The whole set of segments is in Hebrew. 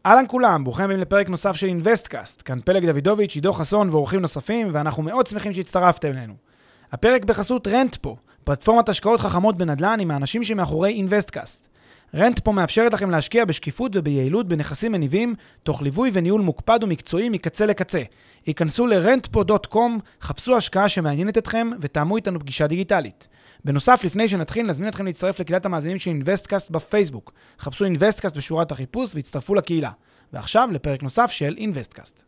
אהלן כולם, ברוכים הבאים לפרק נוסף של אינבסטקאסט. כאן פלג דוידוביץ', עידו חסון ואורחים נוספים, ואנחנו מאוד שמחים שהצטרפתם אלינו. הפרק בחסות רנטפו, פלטפורמת השקעות חכמות בנדל"ן עם האנשים שמאחורי אינבסטקאסט. רנטפו מאפשרת לכם להשקיע בשקיפות וביעילות בנכסים מניבים, תוך ליווי וניהול מוקפד ומקצועי מקצה לקצה. היכנסו ל-rentpo.com, חפשו השקעה שמעניינת אתכם ותאמו איתנו פגישה דיגיטלית. בנוסף, לפני שנתחיל, נזמין אתכם להצטרף לקהילת המאזינים של אינבסטקאסט בפייסבוק. חפשו אינבסטקאסט בשורת החיפוש והצטרפו לקהילה. ועכשיו לפרק נוסף של אינבסטקאסט.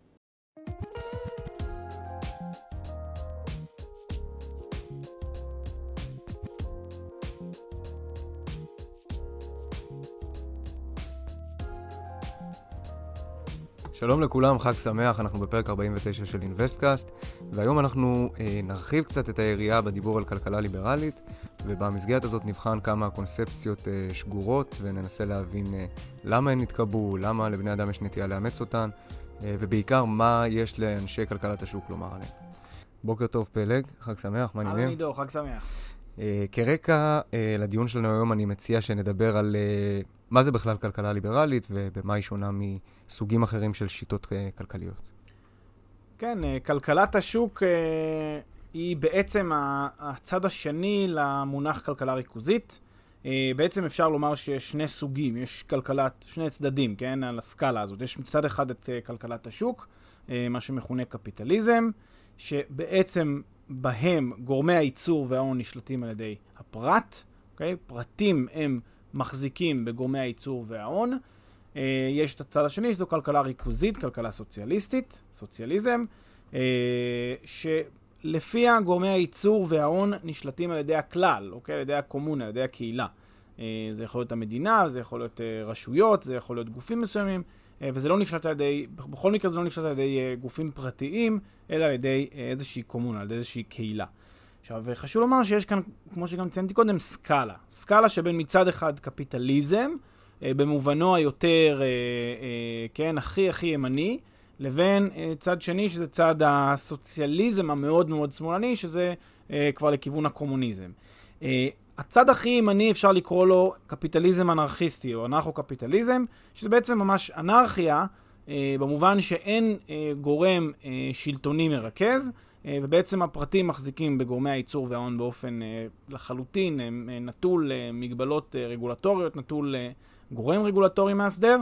שלום לכולם, חג שמח, אנחנו בפרק 49 של אינבסטקאסט, והיום אנחנו נרחיב קצת את היריעה בדיבור על כלכלה ליברלית, ובמסגרת הזאת נבחן כמה קונספציות שגורות, וננסה להבין למה הן נתקבעו, למה לבני אדם יש נטייה לאמץ אותן, ובעיקר מה יש לאנשי כלכלת השוק לומר עליהן. בוקר טוב פלג, חג שמח, מה נראה? עידו, חג שמח. כרקע לדיון שלנו היום אני מציע שנדבר על מה זה בכלל כלכלה ליברלית ובמה היא שונה מסוגים אחרים של שיטות כלכליות. כן, כלכלת השוק היא בעצם הצד השני למונח כלכלה ריכוזית. בעצם אפשר לומר שיש שני סוגים, יש שני צדדים, כן, על הסקאלה הזאת. יש מצד אחד את כלכלת השוק, מה שמכונה קפיטליזם, שבעצם בהם גורמי הייצור וההון נשלטים על ידי הפרט, אוקיי? פרטים הם מחזיקים בגורמי הייצור וההון. יש את הצד השני, שזו כלכלה ריכוזית, כלכלה סוציאליסטית, סוציאליזם, שלפיה גורמי הייצור וההון נשלטים על ידי הכלל, אוקיי? על ידי הקומונה, על ידי הקהילה. זה יכול להיות המדינה, זה יכול להיות רשויות, זה יכול להיות גופים מסוימים, וזה לא נשלט על ידי, בכל מקרה זה לא נשלט על ידי גופים פרטיים, אלא על ידי איזושהי קומונה, על ידי איזושהי קהילה. עכשיו, חשוב לומר שיש כאן, כמו שגם ציינתי קודם, סקאלה. סקאלה שבין מצד אחד קפיטליזם, במובנו היותר, כן, הכי ימני, לבין צד שני, שזה צד הסוציאליזם המאוד מאוד שמאלני, שזה כבר לכיוון הקומוניזם. הצד הכי ימני אפשר לקרוא לו קפיטליזם אנרכיסטי, או אנרכו-קפיטליזם, שזה בעצם ממש אנרכיה, במובן שאין גורם שלטוני מרכז, ובעצם הפרטים מחזיקים בגורמי הייצור וההון באופן לחלוטין, נטול מגבלות רגולטוריות, נטול גורם רגולטורי מאסדר,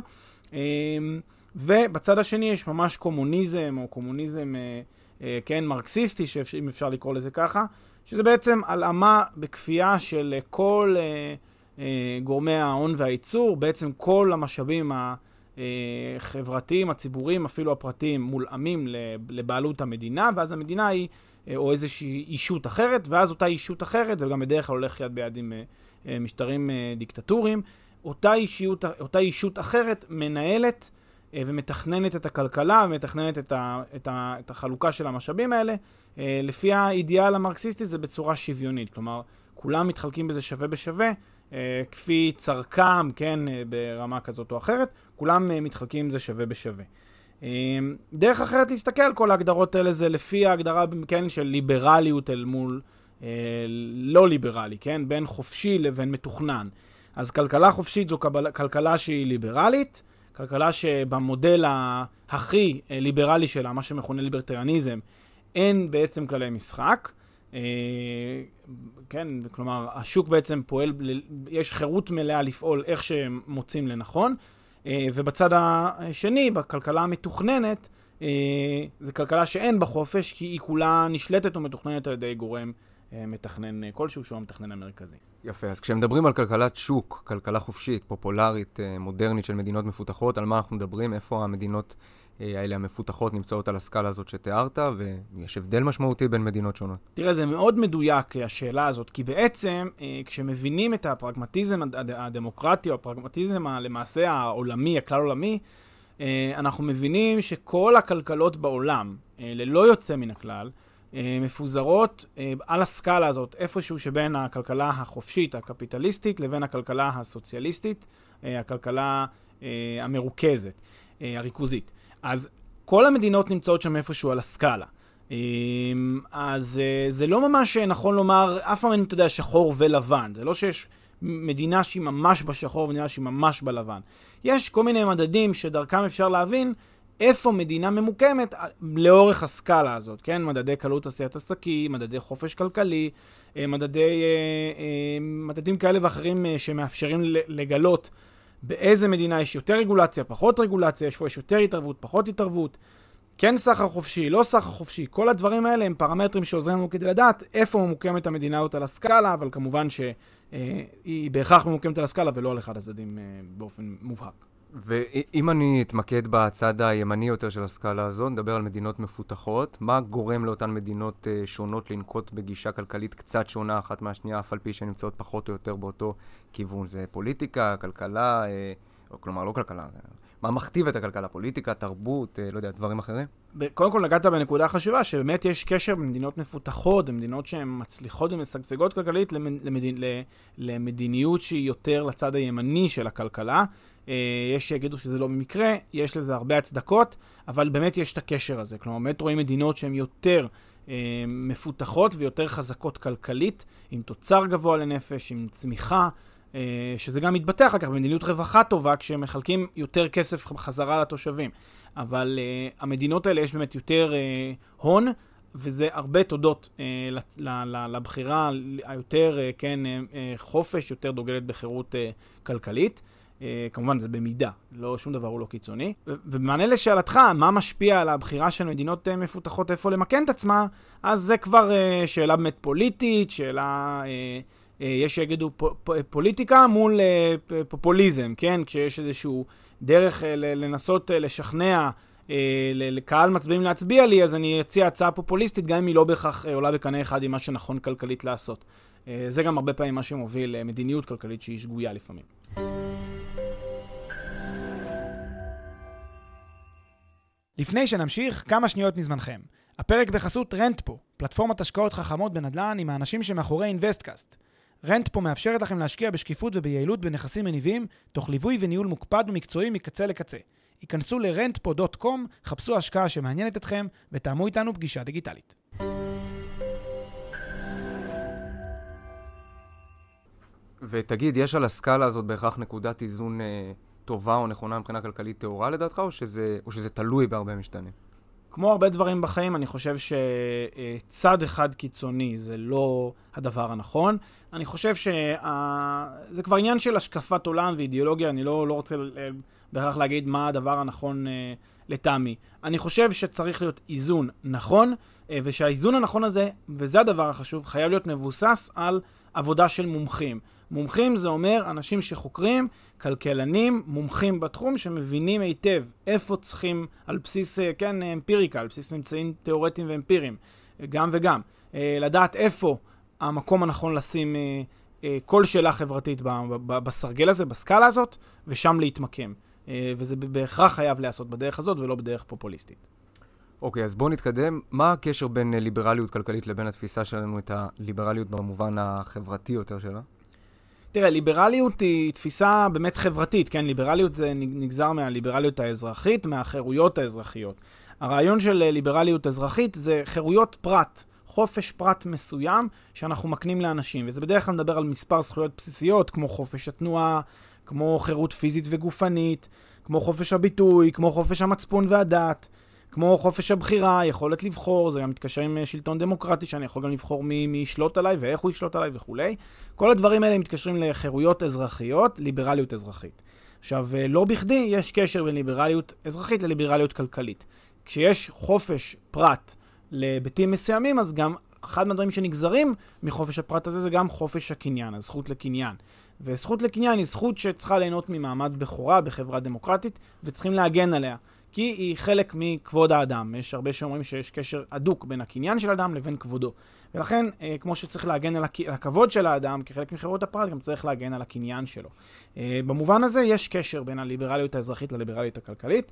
ובצד השני יש ממש קומוניזם, או קומוניזם, כן, מרקסיסטי, אם אפשר לקרוא לזה ככה, שזה בעצם הלאמה בכפייה של כל גורמי ההון והייצור, בעצם כל המשאבים החברתיים, הציבוריים, אפילו הפרטיים, מולאמים לבעלות המדינה, ואז המדינה היא, או איזושהי אישות אחרת, ואז אותה אישות אחרת, וגם בדרך כלל הולך יד ביד עם משטרים דיקטטוריים, אותה אישות אחרת מנהלת ומתכננת את הכלכלה, ומתכננת את החלוקה של המשאבים האלה, לפי האידיאל המרקסיסטי זה בצורה שוויונית, כלומר, כולם מתחלקים בזה שווה בשווה, כפי צרכם, כן, ברמה כזאת או אחרת, כולם מתחלקים עם זה שווה בשווה. דרך אחרת להסתכל על כל ההגדרות האלה זה לפי ההגדרה, כן, של ליברליות אל מול לא ליברלי, כן, בין חופשי לבין מתוכנן. אז כלכלה חופשית זו כלכלה שהיא ליברלית, כלכלה שבמודל הכי ליברלי שלה, מה שמכונה ליברטריאניזם, אין בעצם כללי משחק. כן, כלומר, השוק בעצם פועל, יש חירות מלאה לפעול איך שהם מוצאים לנכון, ובצד השני, בכלכלה המתוכננת, זה כלכלה שאין בה חופש, כי היא כולה נשלטת ומתוכננת על ידי גורם מתכנן כלשהו, שהוא המתכנן המרכזי. יפה, אז כשמדברים על כלכלת שוק, כלכלה חופשית, פופולרית, מודרנית של מדינות מפותחות, על מה אנחנו מדברים, איפה המדינות האלה המפותחות נמצאות על הסקאלה הזאת שתיארת, ויש הבדל משמעותי בין מדינות שונות. תראה, זה מאוד מדויק השאלה הזאת, כי בעצם כשמבינים את הפרגמטיזם הדמוקרטי, או הפרגמטיזם למעשה העולמי, הכלל עולמי, אנחנו מבינים שכל הכלכלות בעולם, ללא יוצא מן הכלל, מפוזרות על הסקאלה הזאת, איפשהו שבין הכלכלה החופשית, הקפיטליסטית, לבין הכלכלה הסוציאליסטית, הכלכלה המרוכזת, הריכוזית. אז כל המדינות נמצאות שם איפשהו על הסקאלה. אז זה לא ממש נכון לומר, אף פעם אתה יודע, שחור ולבן. זה לא שיש מדינה שהיא ממש בשחור ומדינה שהיא ממש בלבן. יש כל מיני מדדים שדרכם אפשר להבין איפה מדינה ממוקמת לאורך הסקאלה הזאת, כן? מדדי קלות עשיית עסקים, מדדי חופש כלכלי, מדדים כאלה ואחרים שמאפשרים לגלות באיזה מדינה יש יותר רגולציה, פחות רגולציה, יש יותר התערבות, פחות התערבות, כן סחר חופשי, לא סחר חופשי, כל הדברים האלה הם פרמטרים שעוזרים לנו כדי לדעת איפה ממוקמת המדינה הזאת על הסקאלה, אבל כמובן שהיא בהכרח ממוקמת על הסקאלה ולא על אחד הצדדים באופן מובהק. ואם אני אתמקד בצד הימני יותר של הסקאלה הזו, נדבר על מדינות מפותחות, מה גורם לאותן מדינות שונות לנקוט בגישה כלכלית קצת שונה אחת מהשנייה, אף על פי שנמצאות פחות או יותר באותו כיוון? זה פוליטיקה, כלכלה, כלומר לא כלכלה, מה מכתיב את הכלכלה? פוליטיקה, תרבות, לא יודע, דברים אחרים? קודם כל נגעת בנקודה חשובה, שבאמת יש קשר במדינות מפותחות, במדינות שהן מצליחות ומשגשגות כלכלית, למדיניות שהיא יותר לצד הימני של הכלכלה. יש שיגידו שזה לא במקרה, יש לזה הרבה הצדקות, אבל באמת יש את הקשר הזה. כלומר, באמת רואים מדינות שהן יותר מפותחות ויותר חזקות כלכלית, עם תוצר גבוה לנפש, עם צמיחה, שזה גם מתבטא אחר כך במדיניות רווחה טובה, כשהם מחלקים יותר כסף חזרה לתושבים. אבל המדינות האלה יש באמת יותר הון, וזה הרבה תודות לבחירה היותר, כן, חופש, יותר דוגלת בחירות כלכלית. כמובן זה במידה, לא שום דבר הוא לא קיצוני. ובמענה לשאלתך, מה משפיע על הבחירה של מדינות מפותחות איפה למקן את עצמה, אז זה כבר שאלה באמת פוליטית, שאלה, יש שיגידו פוליטיקה מול פופוליזם, כן? כשיש איזשהו דרך לנסות לשכנע לקהל מצביעים להצביע לי, אז אני אציע הצעה פופוליסטית, גם אם היא לא בהכרח עולה בקנה אחד עם מה שנכון כלכלית לעשות. זה גם הרבה פעמים מה שמוביל מדיניות כלכלית שהיא שגויה לפעמים. לפני שנמשיך, כמה שניות מזמנכם. הפרק בחסות רנטפו, פלטפורמת השקעות חכמות בנדל"ן עם האנשים שמאחורי אינבסטקאסט. רנטפו מאפשרת לכם להשקיע בשקיפות וביעילות בנכסים מניבים, תוך ליווי וניהול מוקפד ומקצועי מקצה לקצה. היכנסו ל-rentpo.com, חפשו השקעה שמעניינת אתכם ותאמו איתנו פגישה דיגיטלית. ותגיד, יש על הסקאלה הזאת בהכרח נקודת איזון טובה או נכונה מבחינה כלכלית תאורה לדעתך, או שזה תלוי בהרבה משתנים? כמו הרבה דברים בחיים, אני חושב שצד אחד קיצוני זה לא הדבר הנכון. אני חושב שזה כבר עניין של השקפת עולם ואידיאולוגיה, אני לא רוצה בהכרח להגיד מה הדבר הנכון לטעמי. אני חושב שצריך להיות איזון נכון, ושהאיזון הנכון הזה, וזה הדבר החשוב, חייב להיות מבוסס על עבודה של מומחים. מומחים זה אומר אנשים שחוקרים, כלכלנים, מומחים בתחום שמבינים היטב איפה צריכים על בסיס, כן, אמפיריקה, על בסיס ממצאים תיאורטיים ואמפיריים, גם וגם. לדעת איפה המקום הנכון לשים כל שאלה חברתית בסרגל הזה, בסקאלה הזאת, ושם להתמקם. וזה בהכרח חייב לעשות בדרך הזאת ולא בדרך פופוליסטית. אוקיי, אז בואו נתקדם. מה הקשר בין ליברליות כלכלית לבין התפיסה שלנו את הליברליות במובן החברתי יותר שלה? תראה, ליברליות היא תפיסה באמת חברתית, כן? ליברליות זה נגזר מהליברליות האזרחית, מהחירויות האזרחיות. הרעיון של ליברליות אזרחית זה חירויות פרט, חופש פרט מסוים שאנחנו מקנים לאנשים, וזה בדרך כלל מדבר על מספר זכויות בסיסיות, כמו חופש התנועה, כמו חירות פיזית וגופנית, כמו חופש הביטוי, כמו חופש המצפון והדת, כמו חופש הבחירה, יכולת לבחור, זה גם מתקשר עם שלטון דמוקרטי, שאני יכול גם לבחור מי ישלוט עליי ואיך הוא ישלוט עליי וכו'. כל הדברים האלה מתקשרים לחירויות אזרחיות, ליברליות אזרחית. עכשיו, לא בכדי יש קשר בין ליברליות אזרחית לליברליות כלכלית. כשיש חופש פרט לביתים מסוימים, אז גם אחד מהדברים שנגזרים מחופש הפרט הזה זה גם חופש הקניין, הזכות לקניין. וזכות לקניין היא זכות שצריכה ליהנות ממעמד בכורה בחברה דמוקרטית, וצריכים להגן עליה. כי היא חלק מכבוד האדם. יש הרבה שאומרים שיש קשר הדוק בין הקניין של האדם לבין כבודו. ולכן, כמו שצריך להגן על הכבוד של האדם, כחלק מחירות הפרט, גם צריך להגן על הקניין שלו. במובן הזה יש קשר בין הליברליות האזרחית לליברליות הכלכלית,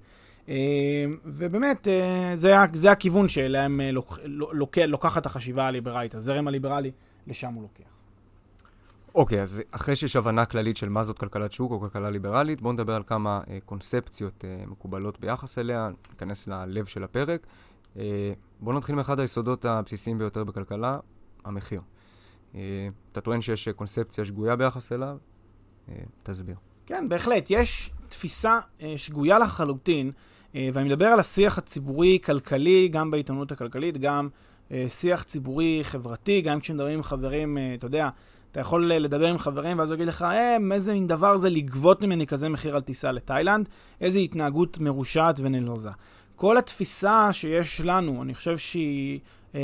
ובאמת, זה הכיוון שאליהם לוקחת החשיבה הליברלית, הזרם הליברלי, לשם הוא לוקח. אוקיי, אז אחרי שיש הבנה כללית של מה זאת כלכלת שוק או כלכלה ליברלית, בואו נדבר על כמה קונספציות מקובלות ביחס אליה, ניכנס ללב של הפרק. בואו נתחיל מאחד היסודות הבסיסיים ביותר בכלכלה, המחיר. אתה טוען שיש קונספציה שגויה ביחס אליו? תסביר. כן, בהחלט. יש תפיסה שגויה לחלוטין, ואני מדבר על השיח הציבורי-כלכלי, גם בעיתונות הכלכלית, גם שיח ציבורי-חברתי, גם כשמדברים עם חברים, אתה יודע, אתה יכול לדבר עם חברים, ואז הוא יגיד לך, איזה מין דבר זה לגבות ממני כזה מחיר על טיסה לתאילנד, איזו התנהגות מרושעת ונלוזה. כל התפיסה שיש לנו, אני חושב שהיא,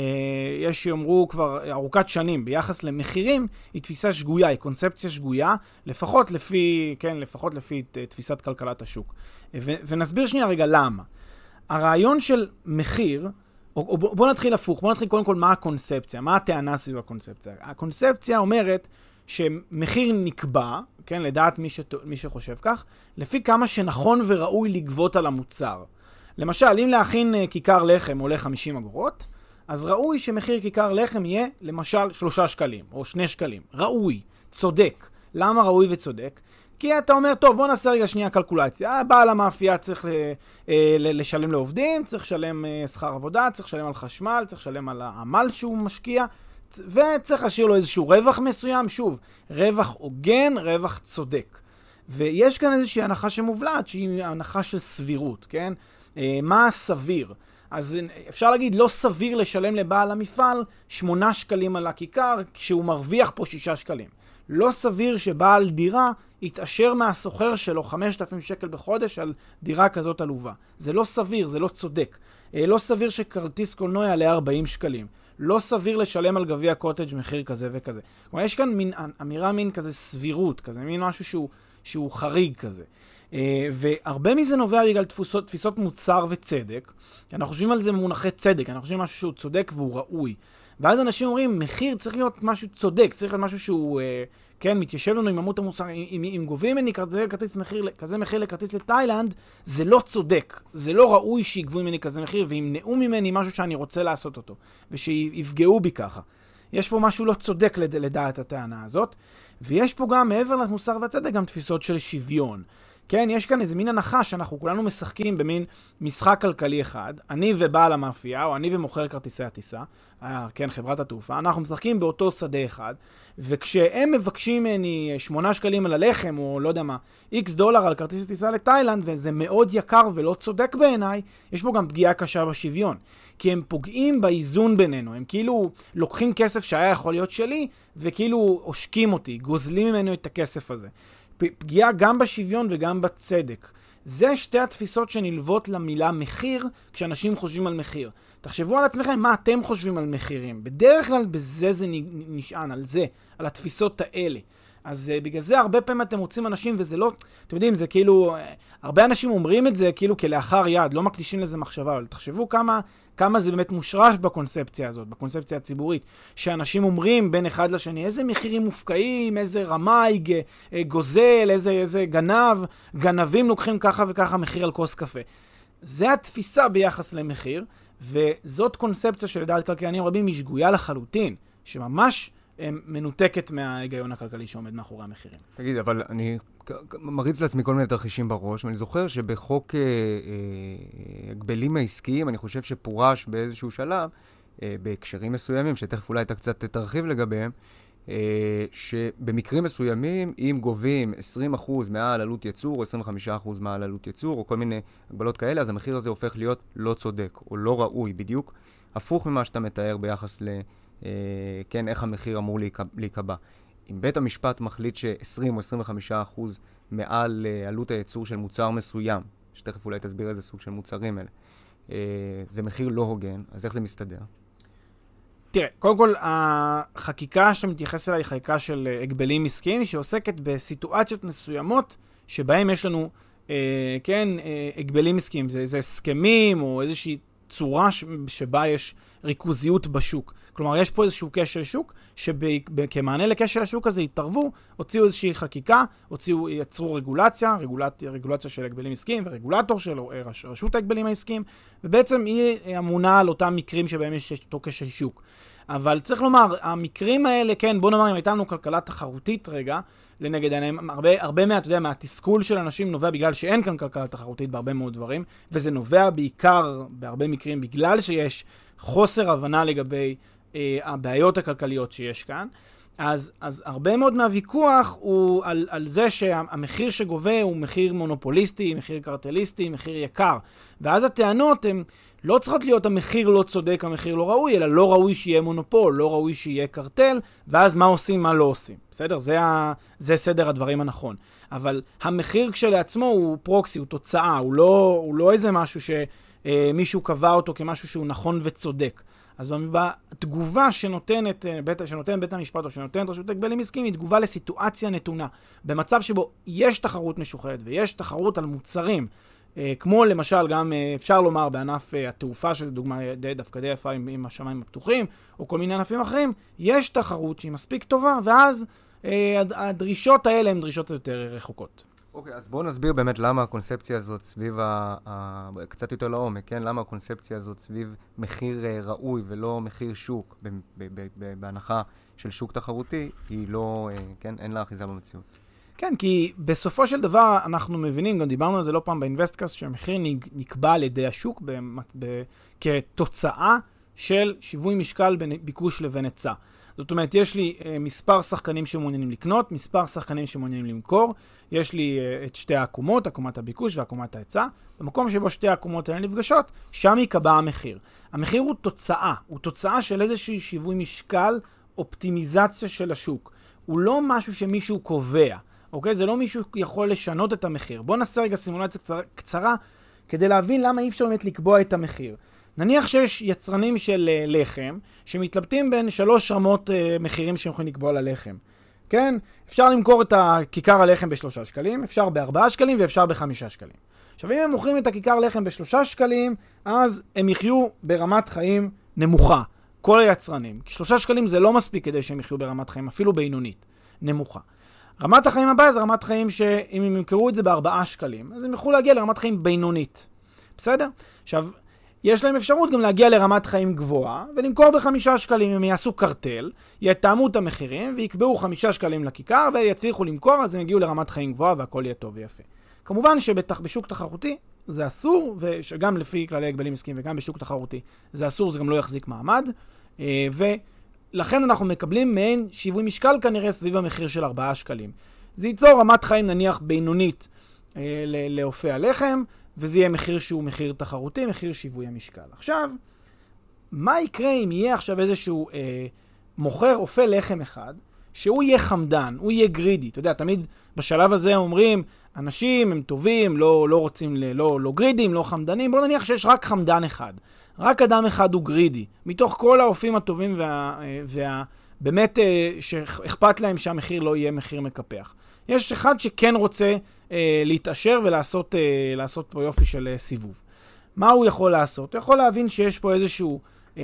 יש שיאמרו כבר ארוכת שנים ביחס למחירים, היא תפיסה שגויה, היא קונספציה שגויה, לפחות לפי תפיסת כלכלת השוק. ונסביר שנייה רגע למה. הרעיון של מחיר, או בוא נתחיל הפוך, בוא נתחיל קודם כל מה הקונספציה, מה הטענה סביב הקונספציה. הקונספציה אומרת שמחיר נקבע, כן, לדעת מי שחושב כך, לפי כמה שנכון וראוי לגבות על המוצר. למשל, אם להכין כיכר לחם עולה 50 אגורות, אז ראוי שמחיר כיכר לחם יהיה למשל 3 שקלים או 2 שקלים. ראוי, צודק. למה ראוי וצודק? כי אתה אומר, טוב, בוא נעשה רגע שנייה קלקולציה. בעל המאפייה צריך לשלם לעובדים, צריך לשלם שכר עבודה, צריך לשלם על חשמל, צריך לשלם על העמל שהוא משקיע, וצריך להשאיר לו איזשהו רווח מסוים. שוב, רווח הוגן, רווח צודק. ויש כאן איזושהי הנחה שמובלעת, שהיא הנחה של סבירות, כן? מה סביר? אז אפשר להגיד, לא סביר לשלם לבעל המפעל 8 שקלים על הכיכר, כשהוא מרוויח פה 6 שקלים. לא סביר שבעל דירה יתאשר מהסוחר שלו 5,000 שקל בחודש על דירה כזאת עלובה. זה לא סביר, זה לא צודק. לא סביר שכרטיס קולנוע יעלה 40 שקלים. לא סביר לשלם על גביע קוטג' מחיר כזה וכזה. כלומר, יש כאן אמירה מין כזה סבירות, כזה מין משהו שהוא חריג כזה. והרבה מזה נובע בגלל תפיסות מוצר וצדק. אנחנו חושבים על זה במונחי צדק, אנחנו חושבים משהו שהוא צודק והוא ראוי. ואז אנשים אומרים, מחיר צריך להיות משהו צודק, צריך להיות משהו שהוא, כן, מתיישב לנו עם עמות המוצר, אם גובים ממני כזה מחיר לכרטיס לתאילנד, זה לא צודק, זה לא ראוי שיגבו ממני כזה מחיר, וימנעו ממני משהו שאני רוצה לעשות אותו, ושיפגעו בי ככה. יש פה משהו לא צודק לדעת הטענה הזאת, ויש פה גם, מעבר למוסר והצדק, גם תפיסות של שוויון. כן, יש כאן איזה מין הנחה שאנחנו כולנו משחקים במין משחק כלכלי אחד, אני ובעל המאפייה, או אני ומוכר כרטיסי הטיסה, כן, חברת התעופה, אנחנו משחקים באותו שדה אחד, וכשהם מבקשים ממני 8 שקלים על הלחם, או לא יודע מה, X דולר על כרטיס הטיסה לתאילנד, וזה מאוד יקר ולא צודק בעיניי, יש פה גם פגיעה קשה בשוויון. כי הם פוגעים באיזון בינינו, הם כאילו לוקחים כסף שהיה יכול להיות שלי, וכאילו עושקים אותי, גוזלים ממנו את הכסף הזה. פגיעה גם בשוויון וגם בצדק. זה שתי התפיסות שנלוות למילה מחיר, כשאנשים חושבים על מחיר. תחשבו על עצמכם מה אתם חושבים על מחירים. בדרך כלל בזה זה נשען, על זה, על התפיסות האלה. אז בגלל זה הרבה פעמים אתם רוצים אנשים, וזה לא, אתם יודעים, זה כאילו, הרבה אנשים אומרים את זה כאילו כלאחר יד, לא מקדישים לזה מחשבה, אבל תחשבו כמה זה באמת מושרש בקונספציה הזאת, בקונספציה הציבורית, שאנשים אומרים בין אחד לשני, איזה מחירים מופקעים, איזה רמאי, גוזל, איזה גנבים לוקחים ככה וככה מחיר על כוס קפה. זה התפיסה ביחס למחיר, וזאת קונספציה שלדעת כלכלנים רבים היא שגויה לחלוטין, שממש מנותקת מההיגיון הכלכלי שעומד מאחורי המחירים. תגיד, אבל אני מריץ לעצמי כל מיני תרחישים בראש, ואני זוכר שבחוק הגבלים העסקיים, אני חושב שפורש באיזשהו שלב, בהקשרים מסוימים, שתכף אולי אתה קצת תרחיב לגביהם, שבמקרים מסוימים, אם גובים 20% מעל עלות ייצור, או 25% מעל עלות ייצור, או כל מיני הגבלות כאלה, אז המחיר הזה הופך להיות לא צודק, או לא ראוי, בדיוק הפוך ממה שאתה מתאר ביחס כן, איך המחיר אמור להיקבע. אם בית המשפט מחליט ש-20 או 25% מעל עלות הייצור של מוצר מסוים, שתכף אולי תסביר איזה סוג של מוצרים אלה, זה מחיר לא הוגן, אז איך זה מסתדר? תראה, קודם כל, החקיקה שמתייחס אליה היא חקיקה של הגבלים עסקיים, שעוסקת בסיטואציות מסוימות שבהם יש לנו, כן, הגבלים עסקיים. זה הסכמים או איזושהי צורה שבה יש ריכוזיות בשוק. כלומר, יש פה איזשהו כשל שוק, שכמענה לכשל השוק הזה התערבו, הוציאו איזושהי חקיקה, יצרו רגולציה של הגבלים עסקיים, ורגולטור של רשות ההגבלים העסקיים, ובעצם היא אמונה על אותם מקרים שבהם יש אותו כשל שוק. אבל צריך לומר, המקרים האלה, כן, בוא נאמר, אם הייתה לנו כלכלה תחרותית רגע, לנגד עיניהם, הרבה מהתסכול של אנשים נובע בגלל שאין כאן כלכלה תחרותית בהרבה מאוד דברים, וזה נובע בעיקר, בהרבה מקרים, בגלל שיש חוסר הבנה לגבי הבעיות הכלכליות שיש כאן. אז הרבה מאוד מהוויכוח הוא על זה שהמחיר שגובה הוא מחיר מונופוליסטי, מחיר קרטליסטי, מחיר יקר. ואז הטענות הן לא צריכות להיות המחיר לא צודק, המחיר לא ראוי, אלא לא ראוי שיהיה מונופול, לא ראוי שיהיה קרטל, ואז מה עושים, מה לא עושים. בסדר? זה סדר הדברים הנכון. אבל המחיר כשלעצמו הוא פרוקסי, הוא תוצאה, הוא לא איזה משהו שמישהו קבע אותו כמשהו שהוא נכון וצודק. אז בתגובה שנותן בית המשפט או שנותנת רשות הגבלים עסקיים היא תגובה לסיטואציה נתונה. במצב שבו יש תחרות משוחדת ויש תחרות על מוצרים, כמו למשל גם אפשר לומר בענף התעופה, שזה דוגמה דווקא די יפה עם השמיים הפתוחים, או כל מיני ענפים אחרים, יש תחרות שהיא מספיק טובה, ואז הדרישות האלה הן דרישות יותר רחוקות. אוקיי, אז בואו נסביר באמת למה הקונספציה הזאת סביב, קצת יותר לעומק, כן? למה הקונספציה הזאת סביב מחיר ראוי ולא מחיר שוק, בהנחה של שוק תחרותי, היא לא, כן? אין לה אחיזה במציאות. כן, כי בסופו של דבר אנחנו מבינים, גם דיברנו על זה לא פעם באינבסטקאסט, שהמחיר נקבע על ידי השוק כתוצאה של שיווי משקל בין ביקוש לבין היצע. זאת אומרת, יש לי מספר שחקנים שמעוניינים לקנות, מספר שחקנים שמעוניינים למכור, יש לי את שתי העקומות, עקומת הביקוש ועקומת ההיצע. במקום שבו שתי העקומות האלה נפגשות, שם יקבע המחיר. המחיר הוא תוצאה של איזשהו שיווי משקל, אופטימיזציה של השוק. הוא לא משהו שמישהו קובע, אוקיי? זה לא מישהו יכול לשנות את המחיר. בואו נעשה רגע סימולציה קצרה, כדי להבין למה אי אפשר באמת לקבוע את המחיר. נניח שיש יצרנים של לחם שמתלבטים בין 3 רמות מחירים שהם יכולים לקבוע ללחם. כן? אפשר למכור את הכיכר הלחם ב3 שקלים, אפשר ב4 שקלים ואפשר ב5 שקלים. עכשיו, אם הם מוכרים את הכיכר לחם ב3 שקלים, אז הם יחיו ברמת חיים נמוכה. כל היצרנים. כי 3 שקלים זה לא מספיק כדי שהם יחיו ברמת חיים, אפילו בינונית. נמוכה. רמת החיים הבאה זה רמת חיים שאם הם ימכרו את זה ב4 שקלים, אז הם יוכלו להגיע לרמת חיים בינונית. בסדר? עכשיו, יש להם אפשרות גם להגיע לרמת חיים גבוהה, ולמכור ב5 שקלים. הם יעשו קרטל, יתאמו את המחירים, ויקבעו 5 שקלים לכיכר, ויצליחו למכור, אז הם יגיעו לרמת חיים גבוהה, והכל יהיה טוב ויפה. כמובן שבשוק תחרותי זה אסור, ושגם לפי כללי הגבלים עסקיים וגם בשוק תחרותי זה אסור, זה גם לא יחזיק מעמד, ולכן אנחנו מקבלים מעין שיווי משקל כנראה סביב המחיר של 4 שקלים. זה ייצור רמת חיים נניח בינונית לאופי הלחם, וזה יהיה מחיר שהוא מחיר תחרותי, מחיר שיווי המשקל. עכשיו, מה יקרה אם יהיה עכשיו איזשהו מוכר אופה לחם אחד, שהוא יהיה חמדן, הוא יהיה גרידי. אתה יודע, תמיד בשלב הזה אומרים, אנשים הם טובים, לא רוצים, לא גרידים, לא חמדנים. בוא נניח שיש רק חמדן אחד. רק אדם אחד הוא גרידי. מתוך כל האופים הטובים באמת שאכפת להם שהמחיר לא יהיה מחיר מקפח. יש אחד שכן רוצה להתעשר ולעשות פה יופי של סיבוב. מה הוא יכול לעשות? הוא יכול להבין שיש פה איזשהו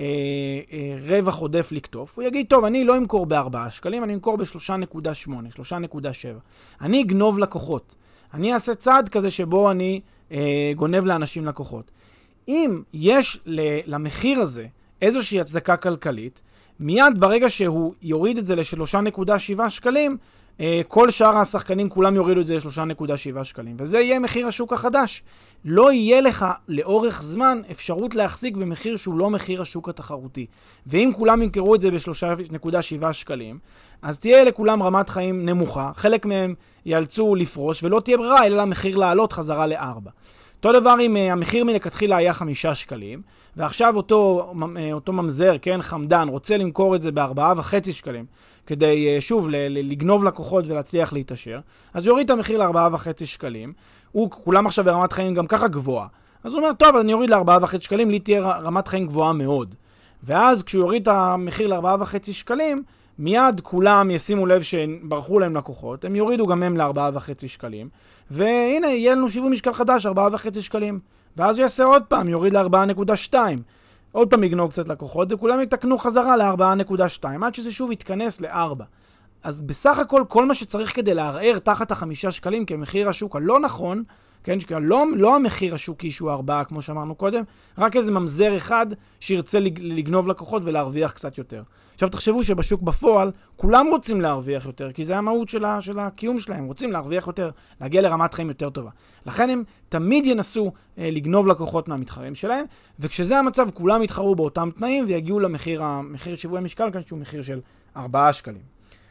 רווח עודף לקטוף. הוא יגיד, טוב, אני לא אמכור ב4 שקלים, אני אמכור ב3.8, 3.7. אני אגנוב לקוחות. אני אעשה צעד כזה שבו אני גונב לאנשים לקוחות. אם יש למחיר הזה איזושהי הצדקה כלכלית, מיד ברגע שהוא יוריד את זה ל3.7 שקלים, כל שאר השחקנים כולם יורידו את זה ל3.7 שקלים. וזה יהיה מחיר השוק החדש. לא יהיה לך לאורך זמן אפשרות להחזיק במחיר שהוא לא מחיר השוק התחרותי. ואם כולם ימכרו את זה ב3.7 שקלים, אז תהיה לכולם רמת חיים נמוכה. חלק מהם ייאלצו לפרוש ולא תהיה ברירה, אלא למחיר לעלות חזרה ל4. אותו דבר אם המחיר מלכתחילה היה 5 שקלים, ועכשיו אותו ממזר, כן, חמדן, רוצה למכור את זה ב4.5 שקלים, כדי שוב לגנוב לקוחות ולהצליח להתעשר, אז יוריד את המחיר ל4.5 שקלים, כולם עכשיו ברמת חיים גם ככה גבוהה, אז הוא אומר, טוב, אז אני אוריד ל4.5 שקלים, לי תהיה רמת חיים גבוהה מאוד. ואז כשהוא יוריד את המחיר ל4.5 שקלים, מיד כולם ישימו לב שברחו להם לקוחות, הם יורידו גם הם ל4.5 שקלים, והנה יהיה לנו שיווי משקל חדש, 4.5 שקלים. ואז הוא יעשה עוד פעם, יוריד ל4.2. עוד פעם יגנוב קצת לקוחות, וכולם יתקנו חזרה ל4.2, עד שזה שוב יתכנס ל4. אז בסך הכל, כל מה שצריך כדי לערער תחת 5 שקלים כמחיר השוק הלא נכון, כן, לא המחיר השוקי שהוא 4, כמו שאמרנו קודם, רק איזה ממזר אחד שירצה לגנוב לקוחות ולהרוויח קצת יותר. עכשיו תחשבו שבשוק בפועל, כולם רוצים להרוויח יותר, כי זה המהות של הקיום שלהם, רוצים להרוויח יותר, להגיע לרמת חיים יותר טובה. לכן הם תמיד ינסו לגנוב לקוחות מהמתחרים שלהם, וכשזה המצב, כולם יתחרו באותם תנאים, ויגיעו למחיר שיווי המשקל כאן, שהוא מחיר של 4 שקלים.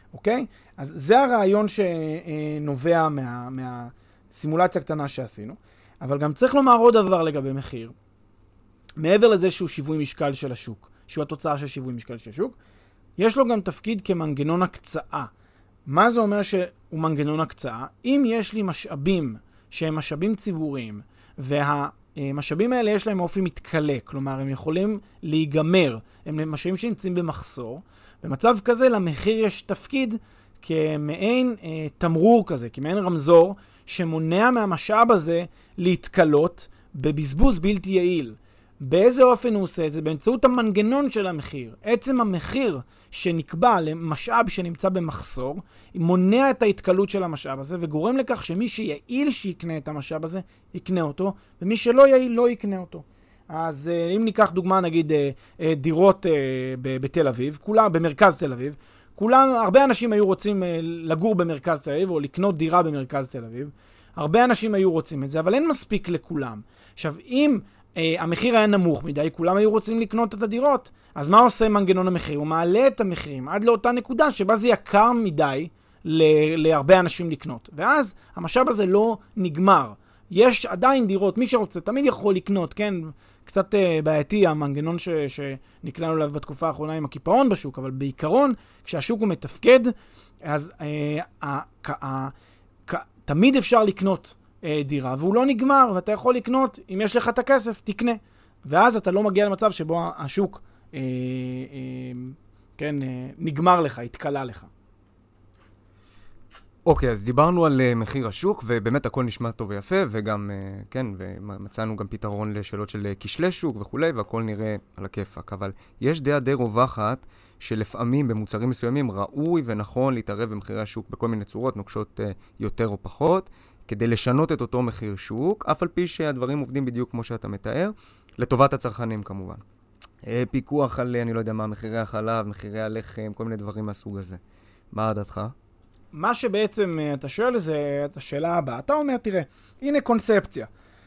אוקיי? אז זה הרעיון שנובע מהסימולציה הקטנה שעשינו. אבל גם צריך לומר עוד דבר לגבי מחיר. מעבר לזה שהוא שיווי משקל של השוק, שהוא התוצאה של שיווי משקל של השוק, יש לו גם תפקיד כמנגנון הקצאה. מה זה אומר שהוא מנגנון הקצאה? אם יש לי משאבים שהם משאבים ציבוריים, והמשאבים האלה יש להם אופי מתקלה, כלומר הם יכולים להיגמר, הם משאבים שנמצאים במחסור, במצב כזה למחיר יש תפקיד כמעין תמרור כזה, כמעין רמזור, שמונע מהמשאב הזה להתקלות בבזבוז בלתי יעיל. באיזה אופן הוא עושה את זה? באמצעות המנגנון של המחיר. עצם המחיר שנקבע למשאב שנמצא במחסור, מונע את ההתקלות של המשאב הזה, וגורם לכך שמי שיעיל שיקנה את המשאב הזה, יקנה אותו, ומי שלא יעיל לא יקנה אותו. אז אם ניקח דוגמה, נגיד, דירות בתל אביב, במרכז תל אביב, הרבה אנשים היו רוצים לגור במרכז תל אביב, או לקנות דירה במרכז תל אביב. הרבה אנשים היו רוצים את זה, אבל אין מספיק לכולם. עכשיו, אם המחיר היה נמוך מדי, כולם היו רוצים לקנות את הדירות, אז מה עושה מנגנון המחיר? הוא מעלה את המחירים עד לאותה נקודה שבה זה יקר מדי להרבה אנשים לקנות. ואז המשאב הזה לא נגמר. יש עדיין דירות, מי שרוצה תמיד יכול לקנות, כן? קצת בעייתי המנגנון שנקלענו אליו בתקופה האחרונה עם הקיפאון בשוק, אבל בעיקרון, כשהשוק הוא מתפקד, אז תמיד אפשר לקנות דירה, והוא לא נגמר, ואתה יכול לקנות, אם יש לך את הכסף, תקנה. ואז אתה לא מגיע למצב שבו השוק נגמר לך, התקלה לך. אוקיי, אז דיברנו על מחיר השוק, ובאמת הכל נשמע טוב ויפה, וגם, כן, ומצאנו גם פתרון לשאלות של כשלי שוק וכו', והכל נראה על הכיפק. אבל יש דעה די רווחת, שלפעמים במוצרים מסוימים ראוי ונכון להתערב במחירי השוק בכל מיני צורות, נוקשות יותר או פחות, כדי לשנות את אותו מחיר שוק, אף על פי שהדברים עובדים בדיוק כמו שאתה מתאר, לטובת הצרכנים כמובן. פיקוח על, אני לא יודע מה, מחירי החלב, מחירי הלחם, כל מיני דברים מהסוג הזה. מה דעתך? מה שבעצם אתה שואל זה את השאלה הבאה. אתה אומר, תראה, הנה קונספציה.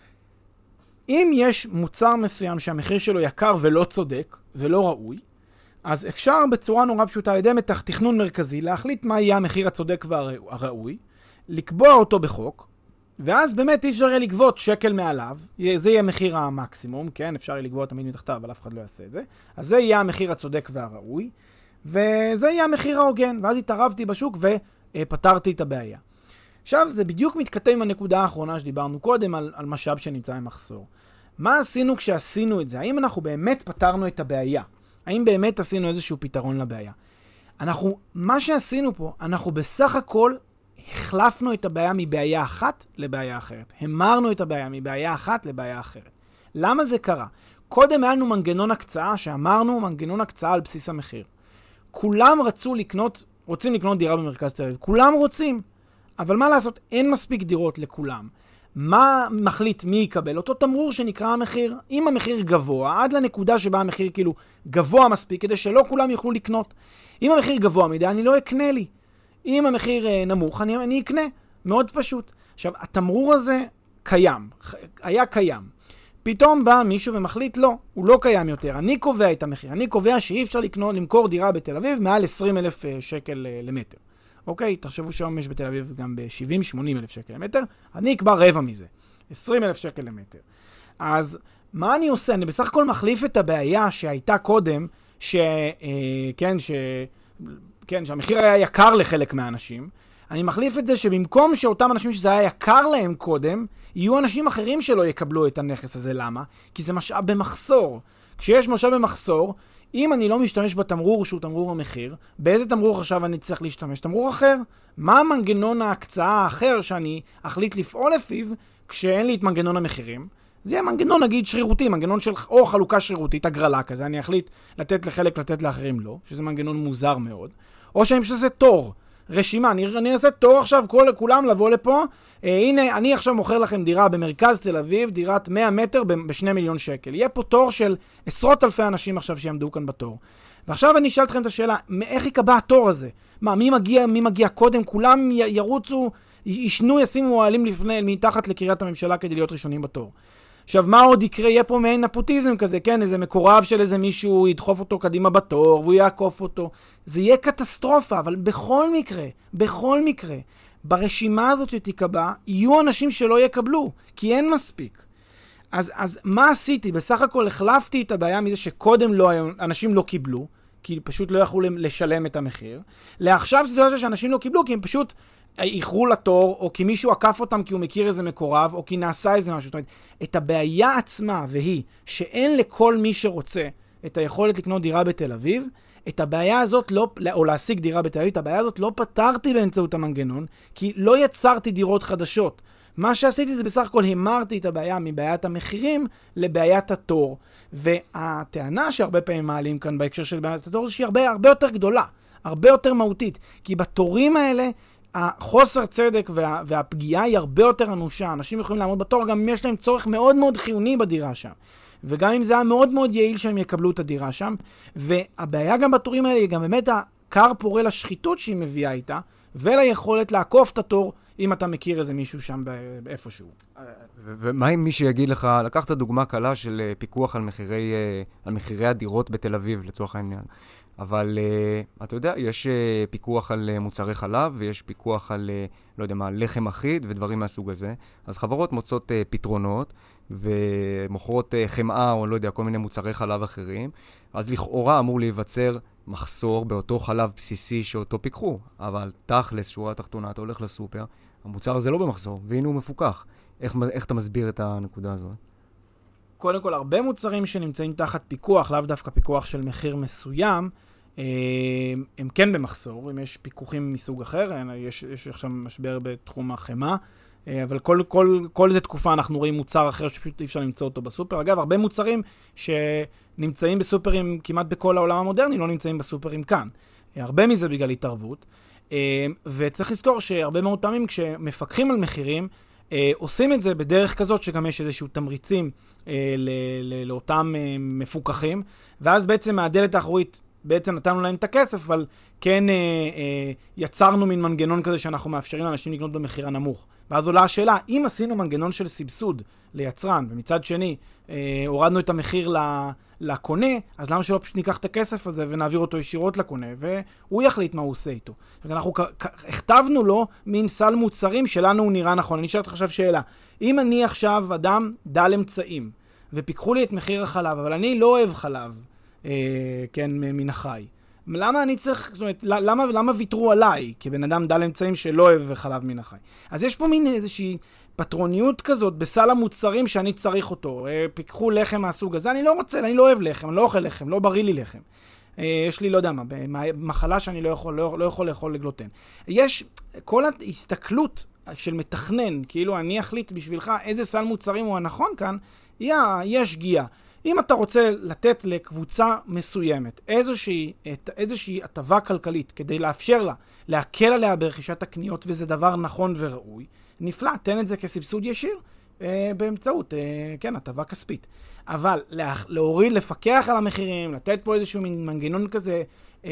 אם יש מוצר מסוים שהמחיר שלו יקר ולא צודק ולא ראוי, אז אפשר בצורה נורא פשוטה על ידי תכנון מרכזי להחליט מה יהיה המחיר הצודק והראוי, לקבוע אותו בחוק, ואז באמת אי אפשר יהיה לגבות שקל מעליו, זה יהיה מחיר המקסימום, כן, אפשר יהיה לגבות תמיד מתחתיו, אבל אף אחד לא יעשה את זה, אז זה יהיה המחיר הצודק והראוי, וזה יהיה המחיר ההוגן, ואז התערבתי בשוק ופתרתי את הבעיה. עכשיו, זה בדיוק מתכתב עם הנקודה האחרונה שדיברנו קודם על משאב שנמצא במחסור. מה עשינו כשעשינו את זה? האם אנחנו באמת פתרנו את הבעיה? האם באמת עשינו איזשהו פתרון לבעיה? מה שעשינו פה, אנחנו בסך הכל החלפנו את הבעיה מבעיה אחת לבעיה אחרת. המרנו את הבעיה מבעיה אחת לבעיה אחרת. למה זה קרה? קודם היה לנו מנגנון הקצאה שאמרנו מנגנון הקצאה על בסיס המחיר. כולם רוצים לקנות דירה במרכז תל אביב. כולם רוצים. אבל מה לעשות? אין מספיק דירות לכולם. מה מחליט מי יקבל? אותו תמרור שנקרא המחיר. אם המחיר גבוה, עד לנקודה שבה המחיר כאילו גבוה מספיק, כדי שלא כולם יוכלו לקנות. אם המחיר גבוה מדי, אני לא אקנה לי. אם המחיר נמוך, אני אקנה. מאוד פשוט. עכשיו, התמרור הזה היה קיים. פתאום בא מישהו ומחליט, לא, הוא לא קיים יותר. אני קובע את המחיר. אני קובע שאי אפשר למכור דירה בתל אביב מעל 20,000 שקל למטר. אוקיי? תחשבו שהיום יש בתל אביב גם ב-70-80 אלף שקל למטר. אני אקבע רבע מזה. 20,000 שקל למטר. אז מה אני עושה? אני בסך הכל מחליף את הבעיה שהייתה קודם, שהמחיר היה יקר לחלק מהאנשים. אני מחליף את זה שבמקום שאותם אנשים שזה היה יקר להם קודם, יהיו אנשים אחרים שלא יקבלו את הנכס הזה. למה? כי זה משאב במחסור. כשיש משאב במחסור, אם אני לא משתמש בתמרור שהוא תמרור המחיר, באיזה תמרור עכשיו אני צריך להשתמש? תמרור אחר. מה מנגנון ההקצאה האחר שאני אחליט לפעול לפיו כשאין לי את מנגנון המחירים? זה יהיה מנגנון, נגיד, שרירותי, מנגנון של או חלוקה שרירותית, הגרלה כזה, אני אחליט לתת לחלק, לתת לאחרים לא, שזה מנגנון מוזר מאוד. או שאני חושב שזה תור, רשימה, אני אעשה תור עכשיו, כולם לבוא לפה, הנה, אני עכשיו מוכר לכם דירה במרכז תל אביב, דירת 100 מטר ב2 מיליון שקל. יהיה פה תור של עשרות אלפי אנשים עכשיו שיעמדו כאן בתור. ועכשיו אני אשאל אתכם את השאלה, איך יקבע התור הזה? מה, מי מגיע קודם? כולם ירוצו, ישנו, ישימו אוהלים מתחת לקריית הממשלה כדי להיות ראשונים בתור. עכשיו, מה עוד יקרה? יהיה פה מעין נפוטיזם כזה, כן? איזה מקורב של איזה מישהו ידחוף אותו קדימה בתור, והוא יעקוף אותו. זה יהיה קטסטרופה, אבל בכל מקרה, ברשימה הזאת שתיקבע, יהיו אנשים שלא יקבלו, כי אין מספיק. אז מה עשיתי? בסך הכל החלפתי את הבעיה מזה שקודם אנשים לא קיבלו, כי פשוט לא יכלו לשלם את המחיר. לעכשיו סיטואציה שאנשים לא קיבלו, כי הם פשוט איחרו לתור, או כי מישהו עקף אותם כי הוא מכיר איזה מקורב, או כי נעשה איזה משהו. זאת אומרת, את הבעיה עצמה, והיא שאין לכל מי שרוצה את היכולת לקנות דירה בתל אביב, את הבעיה הזאת לא, או להשיג דירה בתל אביב, את הבעיה הזאת לא פתרתי באמצעות המנגנון, כי לא יצרתי דירות חדשות. מה שעשיתי זה בסך הכל המרתי את הבעיה מבעיית המחירים לבעיית התור. והטענה שהרבה פעמים מעלים כאן בהקשר של בעיית התור זה שהיא הרבה יותר גדולה, הרבה יותר מהותית. כי בתורים האלה החוסר צדק והפגיעה היא הרבה יותר אנושה. אנשים יכולים לעמוד בתור גם אם יש להם צורך מאוד מאוד חיוני בדירה שם. וגם אם זה היה מאוד מאוד יעיל שהם יקבלו את הדירה שם. והבעיה גם בתורים האלה היא גם באמת הקר פורה לשחיתות שהיא מביאה איתה, וליכולת לעקוף את התור אם אתה מכיר איזה מישהו שם איפשהו. ומה אם מי שיגיד לך, לקחת דוגמה קלה של פיקוח על מחירי הדירות בתל אביב לצורך העניין. אבל אתה יודע, יש פיקוח על מוצרי חלב, ויש פיקוח על, לא יודע מה, לחם אחיד ודברים מהסוג הזה. אז חברות מוצאות פתרונות, ומוכרות חמאה או לא יודע, כל מיני מוצרי חלב אחרים. אז לכאורה אמור להיווצר מחסור באותו חלב בסיסי שאותו פיקחו. אבל תכלס, שורה תחתונה, אתה הולך לסופר, המוצר הזה לא במחסור, והנה הוא מפוקח. איך אתה מסביר את הנקודה הזאת? קודם כל, הרבה מוצרים שנמצאים תחת פיקוח, לאו דווקא פיקוח של מחיר מסוים, הם כן במחסור, אם יש פיקוחים מסוג אחר, יש עכשיו משבר בתחום החמאה, אבל כל זה תקופה אנחנו רואים מוצר אחר שפשוט אי אפשר למצוא אותו בסופר. אגב, הרבה מוצרים שנמצאים בסופרים כמעט בכל העולם המודרני, לא נמצאים בסופרים כאן. הרבה מזה בגלל התערבות, וצריך לזכור שהרבה מאוד פעמים כשמפקחים על מחירים, עושים את זה בדרך כזאת שגם יש איזשהו תמריצים לאותם מפוקחים, ואז בעצם מהדלת האחורית בעצם נתנו להם את הכסף, אבל כן יצרנו מין מנגנון כזה שאנחנו מאפשרים לאנשים לקנות במחיר הנמוך. ואז עולה השאלה, אם עשינו מנגנון של סבסוד ליצרן, ומצד שני הורדנו את המחיר לקונה, אז למה שלא פשוט ניקח את הכסף הזה ונעביר אותו ישירות לקונה, והוא יחליט מה הוא עושה איתו. אנחנו הכתבנו לו מין סל מוצרים שלנו הוא נראה נכון. אני אשאל אותך עכשיו שאלה, אם אני עכשיו אדם דל אמצעים, ופיקחו לי את מחיר החלב, אבל אני לא אוהב חלב, כן, מן החי. למה אני צריך, זאת אומרת, למה ויתרו עליי, כבן אדם דל אמצעים שלא אוהב חלב מן החי? אז יש פה מין איזושהי פטרוניות כזאת בסל המוצרים שאני צריך אותו. פיקחו לחם מהסוג הזה, אני לא רוצה, אני לא אוהב לחם, אני לא אוכל לחם, לא בריא לי לחם. יש לי, לא יודע מה, מחלה שאני לא יכול לאכול לגלוטן. יש כל ההסתכלות של מתכנן, כאילו אני אחליט בשבילך איזה סל מוצרים הוא הנכון כאן, יש שגיאה. אם אתה רוצה לתת לקבוצה מסוימת איזושהי הטבה כלכלית כדי לאפשר לה, להקל עליה ברכישת הקניות, וזה דבר נכון וראוי, נפלא, תן את זה כסבסוד ישיר באמצעות, כן, הטבה כספית. אבל להוריד, לפקח על המחירים, לתת פה איזשהו מנגנון כזה,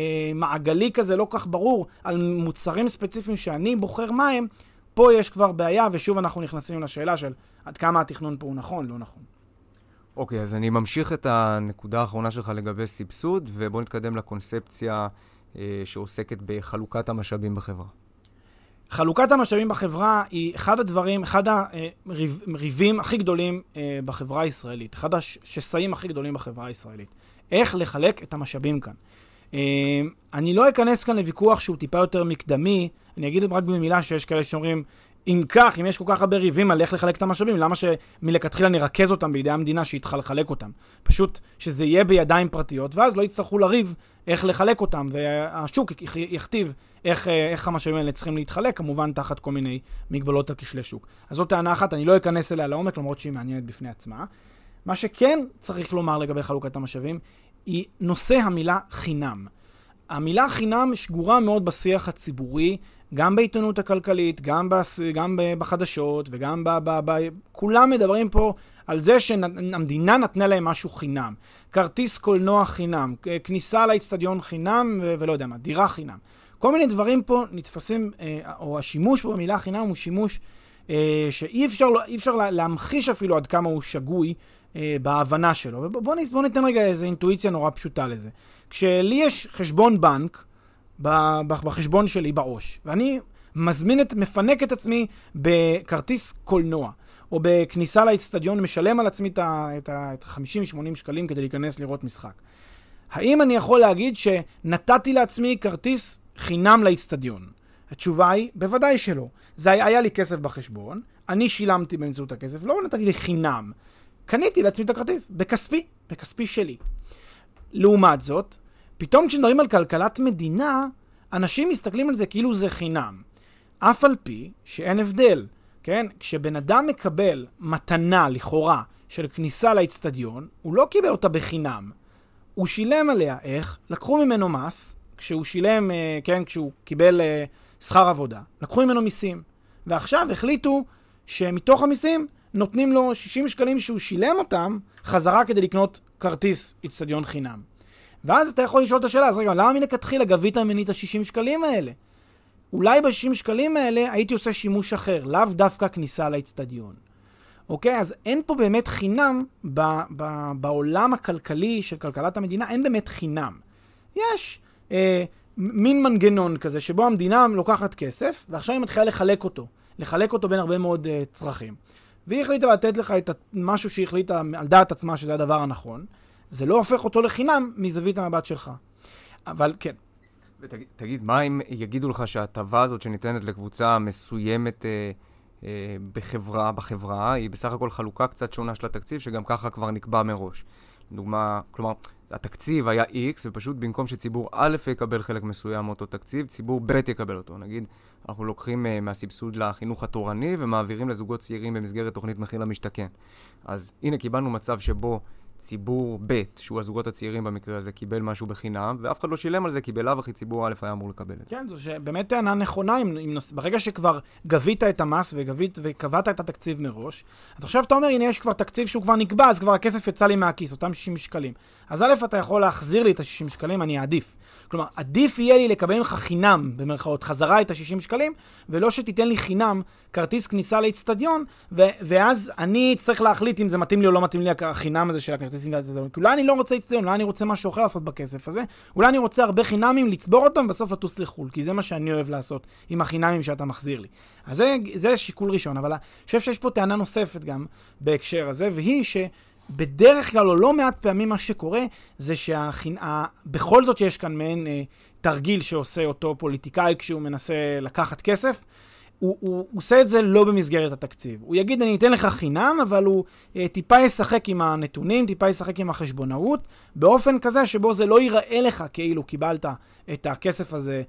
מעגלי כזה, לא כך ברור, על מוצרים ספציפיים שאני בוחר מהם, פה יש כבר בעיה, ושוב אנחנו נכנסים לשאלה של עד כמה התכנון פה הוא נכון, לא נכון. אוקיי, אז אני ממשיך את הנקודה האחרונה שלך לגבי סבסוד, ובוא נתקדם לקונספציה שעוסקת בחלוקת המשאבים בחברה. חלוקת המשאבים בחברה היא אחד הדברים, אחד הריבים הכי גדולים בחברה הישראלית, אחד השסעים הכי גדולים בחברה הישראלית. איך לחלק את המשאבים כאן. אני לא אכנס כאן לוויכוח שהוא טיפה יותר מקדמי, אני אגיד רק במילה שיש כאלה שאומרים, אם כך, אם יש כל כך הרבה ריבים על איך לחלק את המשאבים, למה שמלכתחילה נרכז אותם בידי המדינה שיתחיל לחלק אותם? פשוט שזה יהיה בידיים פרטיות, ואז לא יצטרכו לריב איך לחלק אותם, והשוק יכתיב איך המשאבים האלה צריכים להתחלק, כמובן תחת כל מיני מגבלות על כשלי שוק. אז זאת טענה אחת, אני לא אכנס אליה לעומק, למרות שהיא מעניינת בפני עצמה. מה שכן צריך לומר לגבי חלוקת המשאבים, היא נושא המילה חינם. המילה חינם שגורה מאוד בשיח הציבורי, גם בעיתונות הכלכלית, גם בחדשות, וגם כולם מדברים פה על זה שהמדינה נתנה להם משהו חינם. כרטיס קולנוע חינם, כניסה לאצטדיון חינם, ולא יודע מה, דירה חינם. כל מיני דברים פה נתפסים, או השימוש פה במילה חינם הוא שימוש שאי אפשר להמחיש אפילו עד כמה הוא שגוי בהבנה שלו. ובוא ניתן רגע איזו אינטואיציה נורא פשוטה לזה. כשלי יש חשבון בנק בחשבון שלי בעו"ש, ואני מפנק את עצמי בכרטיס קולנוע, או בכניסה לאצטדיון, משלם על עצמי את 50-80 שקלים כדי להיכנס לראות משחק. האם אני יכול להגיד שנתתי לעצמי כרטיס חינם לאצטדיון? התשובה היא, בוודאי שלא. זה היה לי כסף בחשבון, אני שילמתי באמצעות הכסף, לא נתתי לי חינם. קניתי לעצמי את הכרטיס, בכספי שלי. לעומת זאת, פתאום כשמדברים על כלכלת מדינה, אנשים מסתכלים על זה כאילו זה חינם. אף על פי שאין הבדל, כן? כשבן אדם מקבל מתנה לכאורה של כניסה לאצטדיון, הוא לא קיבל אותה בחינם. הוא שילם עליה, איך? לקחו ממנו מס, כשהוא שילם, כן, כשהוא קיבל שכר עבודה. לקחו ממנו מיסים. ועכשיו החליטו שמתוך המיסים נותנים לו 60 שקלים שהוא שילם אותם חזרה כדי לקנות כרטיס אצטדיון חינם. ואז אתה יכול לשאול את השאלה, אז רגע, למה מלכתחילה גבית ממני את ה-60 שקלים האלה? אולי ב-60 שקלים האלה הייתי עושה שימוש אחר, לאו דווקא כניסה לאצטדיון. אוקיי? אז אין פה באמת חינם בעולם הכלכלי של כלכלת המדינה, אין באמת חינם. יש מין מנגנון כזה שבו המדינה לוקחת כסף, ועכשיו היא מתחילה לחלק אותו בין הרבה מאוד צרכים. והיא החליטה לתת לך את משהו שהיא החליטה על דעת עצמה שזה הדבר הנכון. זה לא הופך אותו לחינם מזווית המבט שלך. אבל כן. ותגיד, מה אם יגידו לך שההטבה הזאת שניתנת לקבוצה מסוימת בחברה, היא בסך הכל חלוקה קצת שונה של התקציב, שגם ככה כבר נקבע מראש. לדוגמה, כלומר, התקציב היה X, ופשוט במקום שציבור א' יקבל חלק מסוים מאותו תקציב, ציבור ב' יקבל אותו. נגיד, אנחנו לוקחים מהסבסוד לחינוך התורני, ומעבירים לזוגות צעירים במסגרת תוכנית מחיר למשתכן. אז הנה קיבלנו מצב שבו ציבור ב', שהוא הזוגות הצעירים במקרה הזה, קיבל משהו בחינם, ואף אחד לא שילם על זה, כי בלאו הכי ציבור א' היה אמור לקבל את זה. כן, זו שבאמת טענה נכונה, ברגע שכבר גבית את המס וקבעת את התקציב מראש, אז עכשיו אתה אומר, הנה יש כבר תקציב שהוא כבר נקבע, אז כבר הכסף יצא לי מהכיס, אותם 60 שקלים. אז א', אתה יכול להחזיר לי את ה-60 שקלים, אני אעדיף. כלומר, עדיף יהיה לי לקבל ממך חינם, במרכאות, חזרה את ה-60 שקלים, ולא שתיתן לי חינם כרטיס כניסה לאצטדיון, ואז אני צריך להחליט אם זה מתאים לי או לא מתאים לי החינם הזה של הכרטיסים לאצטדיון. כי אולי אני לא רוצה אצטדיון, אולי אני רוצה משהו אחר לעשות בכסף הזה, אולי אני רוצה הרבה חינמים לצבור אותם ובסוף לטוס לחול, כי זה מה שאני אוהב לעשות עם החינמים שאתה מחזיר לי. אז זה שיקול ראשון, אבל אני חושב שיש פה טענה נוספת גם בהקשר הזה, והיא בדרך כלל, או לא מעט פעמים מה שקורה, זה בכל זאת יש כאן מעין תרגיל שעושה אותו פוליטיקאי כשהוא מנסה לקחת כסף. הוא עושה את זה לא במסגרת התקציב. הוא יגיד, אני אתן לך חינם, אבל הוא טיפה ישחק עם הנתונים, טיפה ישחק עם החשבונאות, באופן כזה שבו זה לא ייראה לך כאילו קיבלת את הכסף הזה,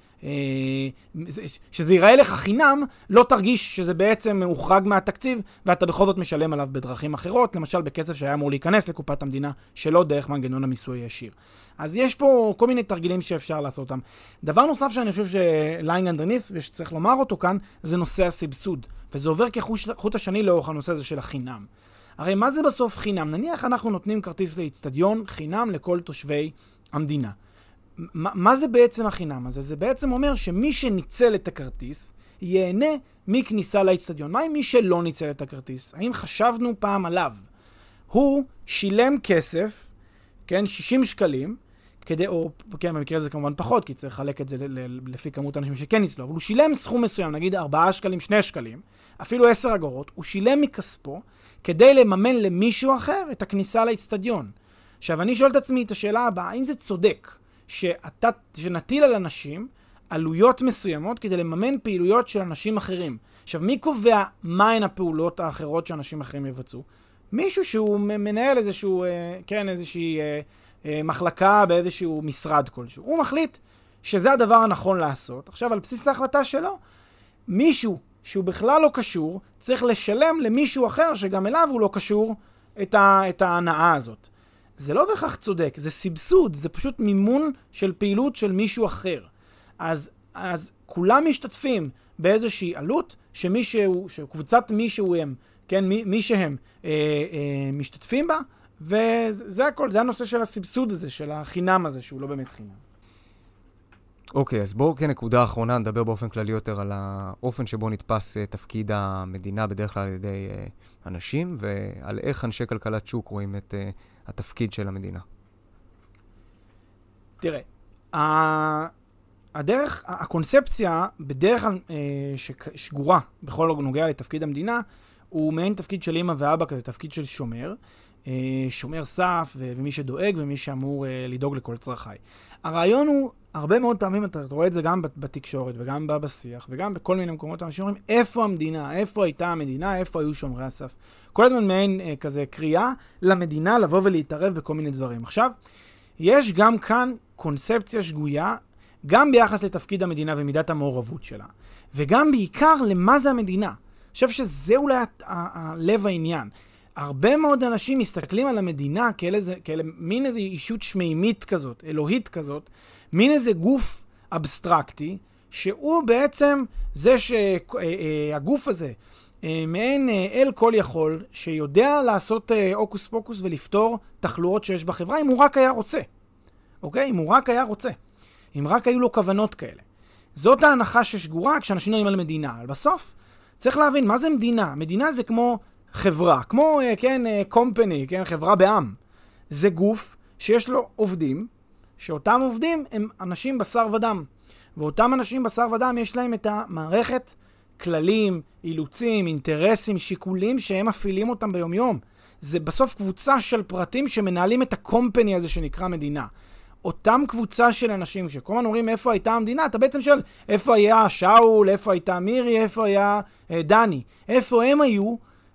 שזה ייראה לך חינם, לא תרגיש שזה בעצם הוחרג מהתקציב, ואתה בכל זאת משלם עליו בדרכים אחרות, למשל בכסף שהיה אמור להיכנס לקופת המדינה, שלא דרך מנגנון המיסוי הישיר. אז יש פה כל מיני תרגילים שאפשר לעשות אותם. דבר נוסף שאני חושב שליין אנדרניס, ושצריך לומר אותו כאן, זה נושא הסבסוד. וזה עובר כחוט השני לאורך הנושא הזה של החינם. הרי מה זה בסוף חינם? נניח אנחנו נותנים כרטיס לאצטדיון חינם לכל תושבי המדינה. מה זה בעצם החינם הזה? זה בעצם אומר שמי שניצל את הכרטיס ייהנה מכניסה לאצטדיון. מה עם מי שלא ניצל את הכרטיס? האם חשבנו פעם עליו? הוא שילם כסף, כן, 60 שקלים, או כן, במקרה הזה כמובן פחות, כי צריך לחלק את זה לפי כמות האנשים שכן ניצלו, אבל הוא שילם סכום מסוים, נגיד 4 שקלים, 2 שקלים, אפילו 10 אגורות, הוא שילם מכספו כדי לממן למישהו אחר את הכניסה לאצטדיון. עכשיו, אני שואל את עצמי את השאלה הבאה, האם זה צודק שנטיל על אנשים עלויות מסוימות כדי לממן פעילויות של אנשים אחרים? עכשיו, מי קובע מהן הפעולות האחרות שאנשים אחרים יבצעו? מישהו שהוא מנהל איזשהו, כן, איזושהי מחלקה באיזשהו משרד כלשהו. הוא מחליט שזה הדבר הנכון לעשות. עכשיו, על בסיס ההחלטה שלו, מישהו שהוא בכלל לא קשור, צריך לשלם למישהו אחר שגם אליו הוא לא קשור את ההנאה הזאת. זה לא בהכרח צודק, זה סבסוד, זה פשוט מימון של פעילות של מישהו אחר. אז כולם משתתפים באיזושהי עלות שקבוצת מישהו הם, כן, מי שהם משתתפים בה, וזה הכל, זה הנושא של הסבסוד הזה, של החינם הזה, שהוא לא באמת חינם. אוקיי, אז בואו כנקודה האחרונה נדבר באופן כללי יותר על האופן שבו נתפס תפקיד המדינה בדרך כלל על ידי אנשים, ועל איך אנשי כלכלת שוק רואים את התפקיד של המדינה. תראה, הקונספציה בדרך כלל שגורה בכל נוגע לתפקיד המדינה, הוא מעין תפקיד של אמא ואבא כזה, תפקיד של שומר, שומר סף ומי שדואג ומי שאמור לדאוג לכל צרכי. הרעיון הוא, הרבה מאוד פעמים אתה רואה את זה גם בתקשורת וגם בשיח וגם בכל מיני מקומות, אנשים אומרים, איפה המדינה? איפה הייתה המדינה? איפה היו שומרי הסף? כל הזמן מעין כזה קריאה למדינה לבוא ולהתערב בכל מיני דברים. עכשיו, יש גם כאן קונספציה שגויה, גם ביחס לתפקיד המדינה ומידת המעורבות שלה, וגם בעיקר למה זה המדינה. אני חושב שזה אולי לב העניין. הרבה מאוד אנשים מסתכלים על המדינה כאלה מין איזו אישות שמימית כזאת, אלוהית כזאת, מין איזה גוף אבסטרקטי, שהוא בעצם זה שהגוף הזה, מעין אל כל יכול, שיודע לעשות אוקוס פוקוס ולפתור תחלואות שיש בחברה, אם הוא רק היה רוצה. אוקיי? אם הוא רק היה רוצה. אם רק היו לו כוונות כאלה. זאת ההנחה ששגורה כשאנשים נראים על מדינה. אבל בסוף צריך להבין מה זה מדינה. מדינה זה כמו חברה, כמו, כן, קומפני, כן, חברה בעם. זה גוף שיש לו עובדים, שאותם עובדים הם אנשים בשר ודם. ואותם אנשים בשר ודם יש להם את המערכת כללים, אילוצים, אינטרסים, שיקולים שהם מפעילים אותם ביום-יום. זה בסוף קבוצה של פרטים שמנהלים את הקומפני הזה שנקרא מדינה. אותם קבוצה של אנשים, כשכל הזמן אומרים איפה הייתה המדינה, אתה בעצם שואל איפה היה שאול, איפה הייתה מירי, איפה היה דני, איפה הם היו,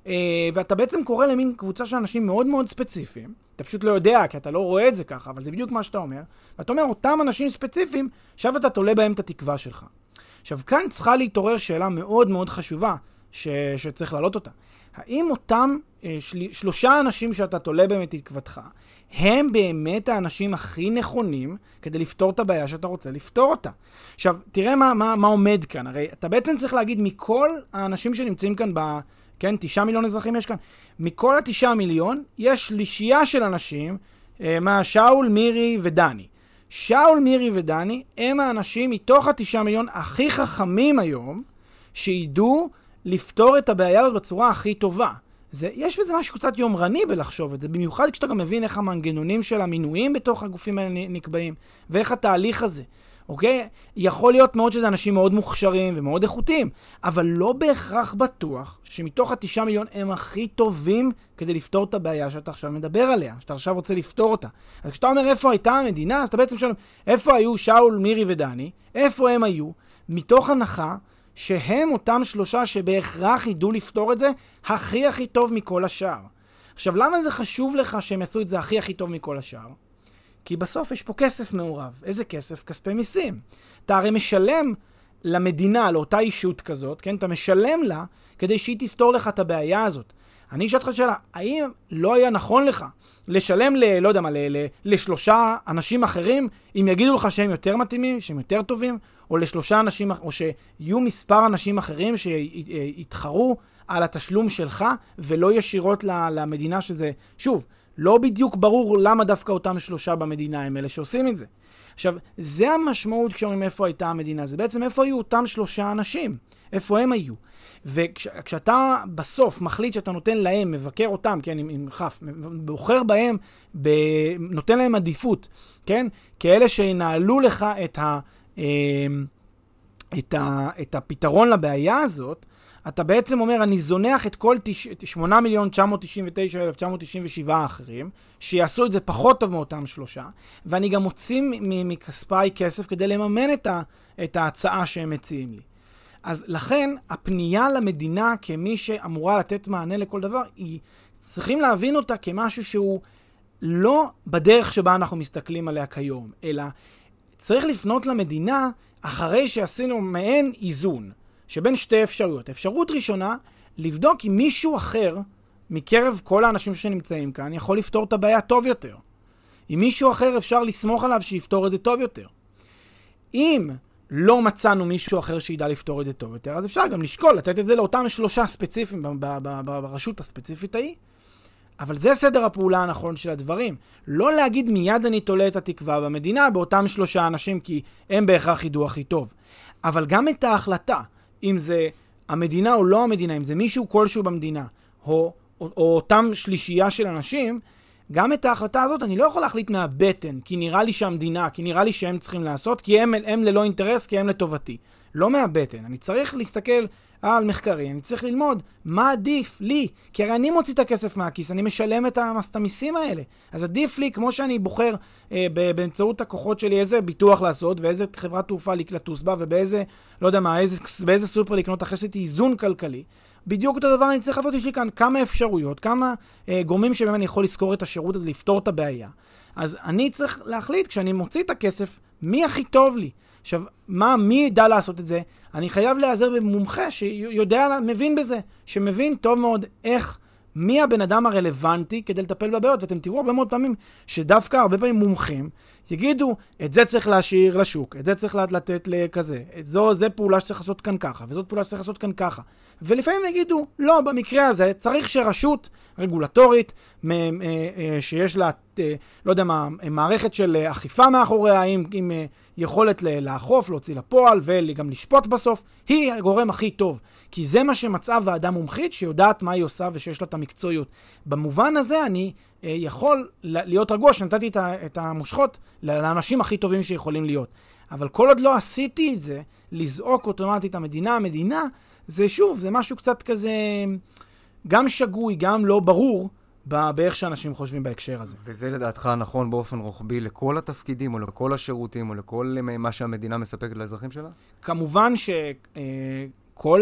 ואתה בעצם קורא למין קבוצה של אנשים מאוד מאוד ספציפיים. אתה פשוט לא יודע, כי אתה לא רואה את זה ככה, אבל זה בדיוק מה שאתה אומר. ואתה אומר, אותם אנשים ספציפיים, עכשיו אתה תולה בהם את התקווה שלך. עכשיו, כאן צריכה להתעורר שאלה מאוד מאוד חשובה, שצריך להעלות אותה. האם אותם שלושה אנשים שאתה תולה בהם את תקוותך, הם באמת האנשים הכי נכונים כדי לפתור את הבעיה שאתה רוצה לפתור אותה? עכשיו, תראה מה עומד כאן. הרי אתה בעצם צריך להגיד, מכל האנשים שנמצאים כאן כן, 9 מיליון אזרחים יש כאן. מכל 9 מיליון, יש שלישייה של אנשים, שאול, מירי ודני. שאול, מירי ודני הם האנשים מתוך 9 מיליון הכי חכמים היום, שידעו לפתור את הבעיה הזאת בצורה הכי טובה. יש בזה משהו קצת יומרני בלחשוב את זה, במיוחד כשאתה גם מבין איך המנגנונים של המינויים בתוך הגופים האלה נקבעים, ואיך התהליך הזה. אוקיי? יכול להיות מאוד שזה אנשים מאוד מוכשרים ומאוד איכותיים, אבל לא בהכרח בטוח שמתוך 9 מיליון הם הכי טובים כדי לפתור את הבעיה שאתה עכשיו מדבר עליה, שאתה עכשיו רוצה לפתור אותה. אז כשאתה אומר איפה הייתה המדינה, אז אתה בעצם שואל, איפה היו שאול, מירי ודני? איפה הם היו? מתוך הנחה שהם אותם שלושה שבהכרח ידעו לפתור את זה הכי טוב מכל השאר. עכשיו, למה זה חשוב לך שהם יעשו את זה הכי טוב מכל השאר? כי בסוף יש פה כסף מעורב. איזה כסף? כספי מיסים. אתה הרי משלם למדינה, לאותה אישות כזאת, כן? אתה משלם לה כדי שהיא תפתור לך את הבעיה הזאת. אני אשאל אותך שאלה, האם לא היה נכון לך לשלם לא יודע מה, לשלושה אנשים אחרים, אם יגידו לך שהם יותר מתאימים, שהם יותר טובים, או לשלושה אנשים, או שיהיו מספר אנשים אחרים שיתחרו על התשלום שלך, ולא ישירות למדינה שזה, שוב, לא בדיוק ברור למה דווקא אותם שלושה במדינה הם אלה שעושים את זה. עכשיו, זה המשמעות כשאומרים איפה הייתה המדינה, זה בעצם איפה היו אותם שלושה אנשים, איפה הם היו. וכשאתה בסוף מחליט שאתה נותן להם, מבקר אותם, כן, עם חף, בוחר בהם, נותן להם עדיפות, כן, כאלה שינהלו לך את הפתרון לבעיה הזאת, אתה בעצם אומר, אני זונח את כל 8,999,997 האחרים, שיעשו את זה פחות טוב מאותם שלושה, ואני גם מוציא מכספיי כסף כדי לממן את ההצעה שהם מציעים לי. אז לכן, הפנייה למדינה כמי שאמורה לתת מענה לכל דבר, צריכים להבין אותה כמשהו שהוא לא בדרך שבה אנחנו מסתכלים עליה כיום, אלא צריך לפנות למדינה אחרי שעשינו מעין איזון. שבין שתי אפשרויות. אפשרות ראשונה, לבדוק אם מישהו אחר, מקרב כל האנשים שנמצאים כאן, יכול לפתור את הבעיה טוב יותר. אם מישהו אחר אפשר לסמוך עליו שיפתור את זה טוב יותר. אם לא מצאנו מישהו אחר שידע לפתור את זה טוב יותר, אז אפשר גם לשקול, לתת את זה לאותם שלושה ספציפיים ברשות הספציפית ההיא. אבל זה סדר הפעולה הנכון של הדברים. לא להגיד מיד אני תולה את התקווה במדינה באותם 3 אנשים, כי הם בהכרח ידעו הכי טוב. אבל גם את ההחלטה, אם זה המדינה או לא המדינה, אם זה מישהו כלשהו במדינה, או אותם שלישייה של אנשים, גם את ההחלטה הזאת אני לא יכול להחליט מהבטן, כי נראה לי שהמדינה, כי נראה לי שהם צריכים לעשות, כי הם ללא אינטרס, כי הם לטובתי. לא מהבטן. אני צריך להסתכל על מחקרים, אני צריך ללמוד מה עדיף לי, כי הרי אני מוציא את הכסף מהכיס, אני משלם את המיסים האלה. אז עדיף לי, כמו שאני בוחר באמצעות הכוחות שלי, איזה ביטוח לעשות, ואיזה חברת תעופה לטוס בה, ובאיזה, לא יודע מה, באיזה סופר לקנות, אחרי שעשיתי איזון כלכלי. בדיוק אותו דבר אני צריך לעשות, יש לי כאן כמה אפשרויות, כמה גורמים שבהם אני יכול לזכור את השירות הזה, לפתור את הבעיה. אז אני צריך להחליט, כשאני מוציא את הכסף, מי הכי טוב לי? עכשיו, מי ידע לעשות את זה? אני חייב להיעזר במומחה שיודע, מבין בזה, שמבין טוב מאוד מי הבן אדם הרלוונטי כדי לטפל בבעיות, ואתם תראו הרבה מאוד פעמים שדווקא הרבה פעמים מומחים יגידו, את זה צריך להשאיר לשוק, את זה צריך לתת לכזה, זה פעולה שצריך לעשות כאן ככה, וזאת פעולה שצריך לעשות כאן ככה. ולפעמים יגידו, לא, במקרה הזה צריך שרשות רגולטורית, שיש לה, לא יודע מה, מערכת של אכיפה מאחוריה, עם יכולת לאכוף, להוציא לפועל, וגם לשפוט בסוף, היא הגורם הכי טוב. כי זה מה שמצאה ועדה מומחית, שיודעת מה היא עושה ושיש לה את המקצועיות. במובן הזה אני יכול להיות רגוע שנתתי את המושכות לאנשים הכי טובים שיכולים להיות. אבל כל עוד לא עשיתי את זה, לזעוק אוטומטית המדינה, זה שוב, זה משהו קצת כזה, גם שגוי, גם לא ברור, באיך שאנשים חושבים בהקשר הזה. וזה לדעתך נכון באופן רוחבי לכל התפקידים, או לכל השירותים, או לכל מה שהמדינה מספקת לאזרחים שלה? כמובן שכל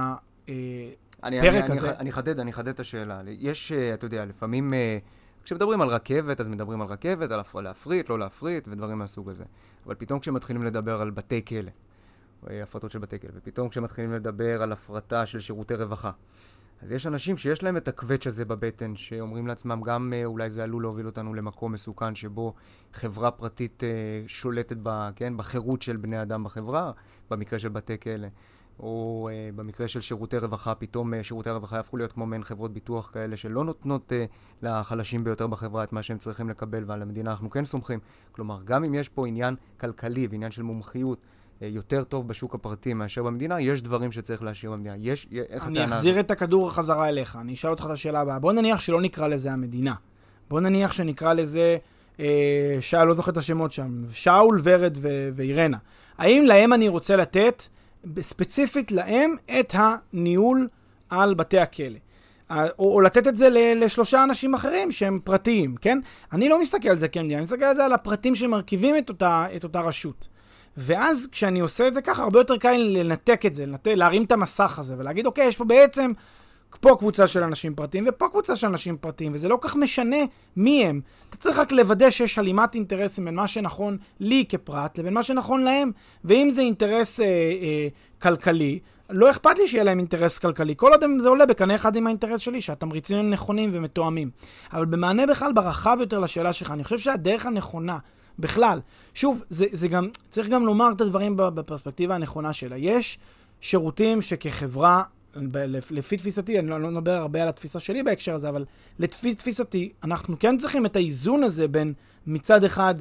הפרק הזה... אני חדד את השאלה. יש, אתה יודע, לפעמים, כשמדברים על רכבת, אז מדברים על רכבת, על להפריט, לא להפריט, ודברים מהסוג הזה. אבל פתאום כשמתחילים לדבר על בתי כלא, הפרטות של בתי כלא, ופתאום כשמתחילים לדבר על הפרטה של שירותי רווחה, אז יש אנשים שיש להם את הקווץ' הזה בבטן, שאומרים לעצמם גם אולי זה עלול להוביל אותנו למקום מסוכן שבו חברה פרטית שולטת בחירות של בני אדם בחברה, במקרה של בתי כלא, או במקרה של שירותי רווחה, פתאום שירותי הרווחה יהפכו להיות כמו מעין חברות ביטוח כאלה שלא נותנות לחלשים ביותר בחברה את מה שהם צריכים לקבל, ועל המדינה אנחנו כן סומכים. כלומר, גם אם יש פה עניין כלכלי ועניין של מומחיות, יותר טוב בשוק הפרטי מאשר במדינה, יש דברים שצריך להשאיר במדינה. אני אחזיר את הכדור חזרה אליך, אני אשאל אותך את השאלה הבאה. בוא נניח שלא נקרא לזה המדינה. בוא נניח שנקרא לזה, לא זוכר את השמות שם, שאול, ורד ואירנה. האם להם אני רוצה לתת, ספציפית להם, את הניהול על בתי הכלא? או לתת את זה לשלושה אנשים אחרים שהם פרטיים, כן? אני לא מסתכל על זה כמדינה, אני מסתכל על זה על הפרטים שמרכיבים את אותה רשות. ואז כשאני עושה את זה ככה, הרבה יותר קל לנתק את זה, להרים את המסך הזה, ולהגיד, אוקיי, יש פה בעצם, פה קבוצה של אנשים פרטיים, ופה קבוצה של אנשים פרטיים, וזה לא כך משנה מי הם. אתה צריך רק לוודא שיש הלימת אינטרסים בין מה שנכון לי כפרט, לבין מה שנכון להם, ואם זה אינטרס כלכלי, לא אכפת לי שיהיה להם אינטרס כלכלי, כל עוד זה עולה בקנה אחד עם האינטרס שלי, שהתמריצים הם נכונים ומתואמים. אבל במענה בכלל, ברחב יותר לשאלה שלך, אני חושב שהדרך הנכונה, בכלל, שוב, זה גם, צריך גם לומר את הדברים בפרספקטיבה הנכונה שלה. יש שירותים שכחברה, לפי תפיסתי, אני לא מדבר הרבה על התפיסה שלי בהקשר הזה, אבל לפי תפיסתי, אנחנו כן צריכים את האיזון הזה בין מצד אחד,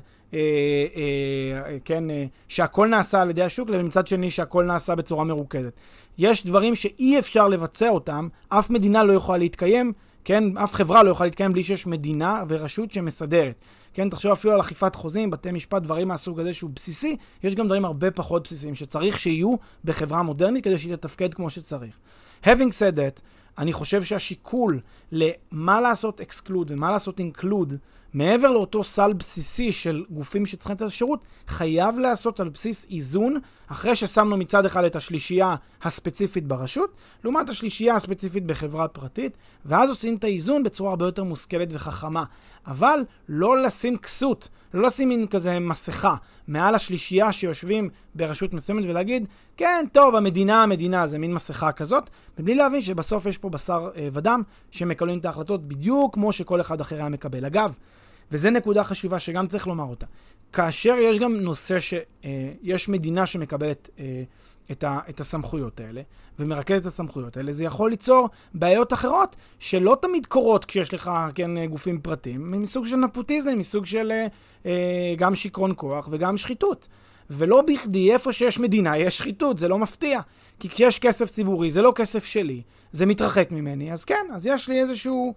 שהכל נעשה על ידי השוק, למצד שני שהכל נעשה בצורה מרוכזת. יש דברים שאי אפשר לבצע אותם, אף מדינה לא יכולה להתקיים, כן, אף חברה לא יכולה להתקיים בלי שיש מדינה ורשות שמסדרת. כן, תחשוב אפילו על אכיפת חוזים, בתי משפט, דברים מהסוג הזה שהוא בסיסי, יש גם דברים הרבה פחות בסיסיים שצריך שיהיו בחברה מודרנית כדי שהיא תתפקד כמו שצריך. Having said that, אני חושב שהשיקול למה לעשות exclude ומה לעשות include, מעבר לאותו סל בסיסי של גופים שצריכים את השירות, חייב לעשות על בסיס איזון, אחרי ששמנו מצד אחד את השלישייה הספציפית ברשות, לעומת השלישייה הספציפית בחברה פרטית, ואז עושים את האיזון בצורה הרבה יותר מושכלת וחכמה. אבל לא לשים כסות, לא לשים מין כזה מסכה מעל השלישייה שיושבים ברשות מסוימת ולהגיד, כן, טוב, המדינה, זה מין מסכה כזאת, מבלי להבין שבסוף יש פה בשר ודם שמקבלים את ההחלטות בדיוק כמו שכל אחד אחר היה מקבל. אגב, וזה נקודה חשובה שגם צריך לומר אותה. כאשר יש גם נושא שיש מדינה שמקבלת את הסמכויות האלה, ומרכז את הסמכויות האלה, זה יכול ליצור בעיות אחרות, שלא תמיד קורות כשיש לך, כן, גופים פרטיים, מסוג של נפוטיזם, מסוג של גם שיקרון כוח וגם שחיתות. ולא בכדי, איפה שיש מדינה, יש שחיתות, זה לא מפתיע. כי כשיש כסף ציבורי, זה לא כסף שלי, זה מתרחק ממני, אז כן, אז יש לי איזשהו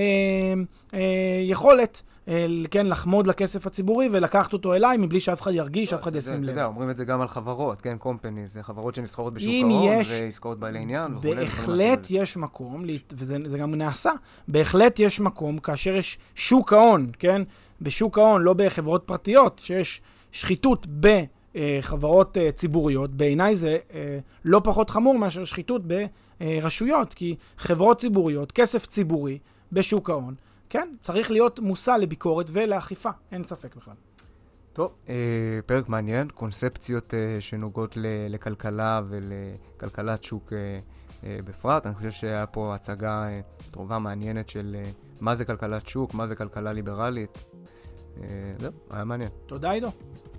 יכולת, כן, לחמוד לכסף הציבורי ולקחת אותו אליי, מבלי שאף אחד ירגיש, אף אחד ישים לב. אתה יודע, אומרים את זה גם על חברות, כן, קומפני, זה חברות שנסחרות בשוק ההון, ועסקאות בעלי עניין וכו'. בהחלט יש מקום, וזה גם נעשה, בהחלט יש מקום, כאשר יש שוק ההון, כן, בשוק ההון, לא בחברות פרטיות, שיש שחיתות בחברות ציבוריות, בעיניי זה לא פחות חמור מאשר שחיתות ברשויות, כי חברות ציבוריות, כסף ציבורי בשוק ההון, כן, צריך להיות מושא לביקורת ולאכיפה, אין ספק בכלל. טוב, פרק מעניין, קונספציות שנוגעות לכלכלה ולכלכלת שוק בפרט. אני חושב שהיה פה הצגה טובה מעניינת של מה זה כלכלת שוק, מה זה כלכלה ליברלית. זהו, היה מעניין. תודה עידו.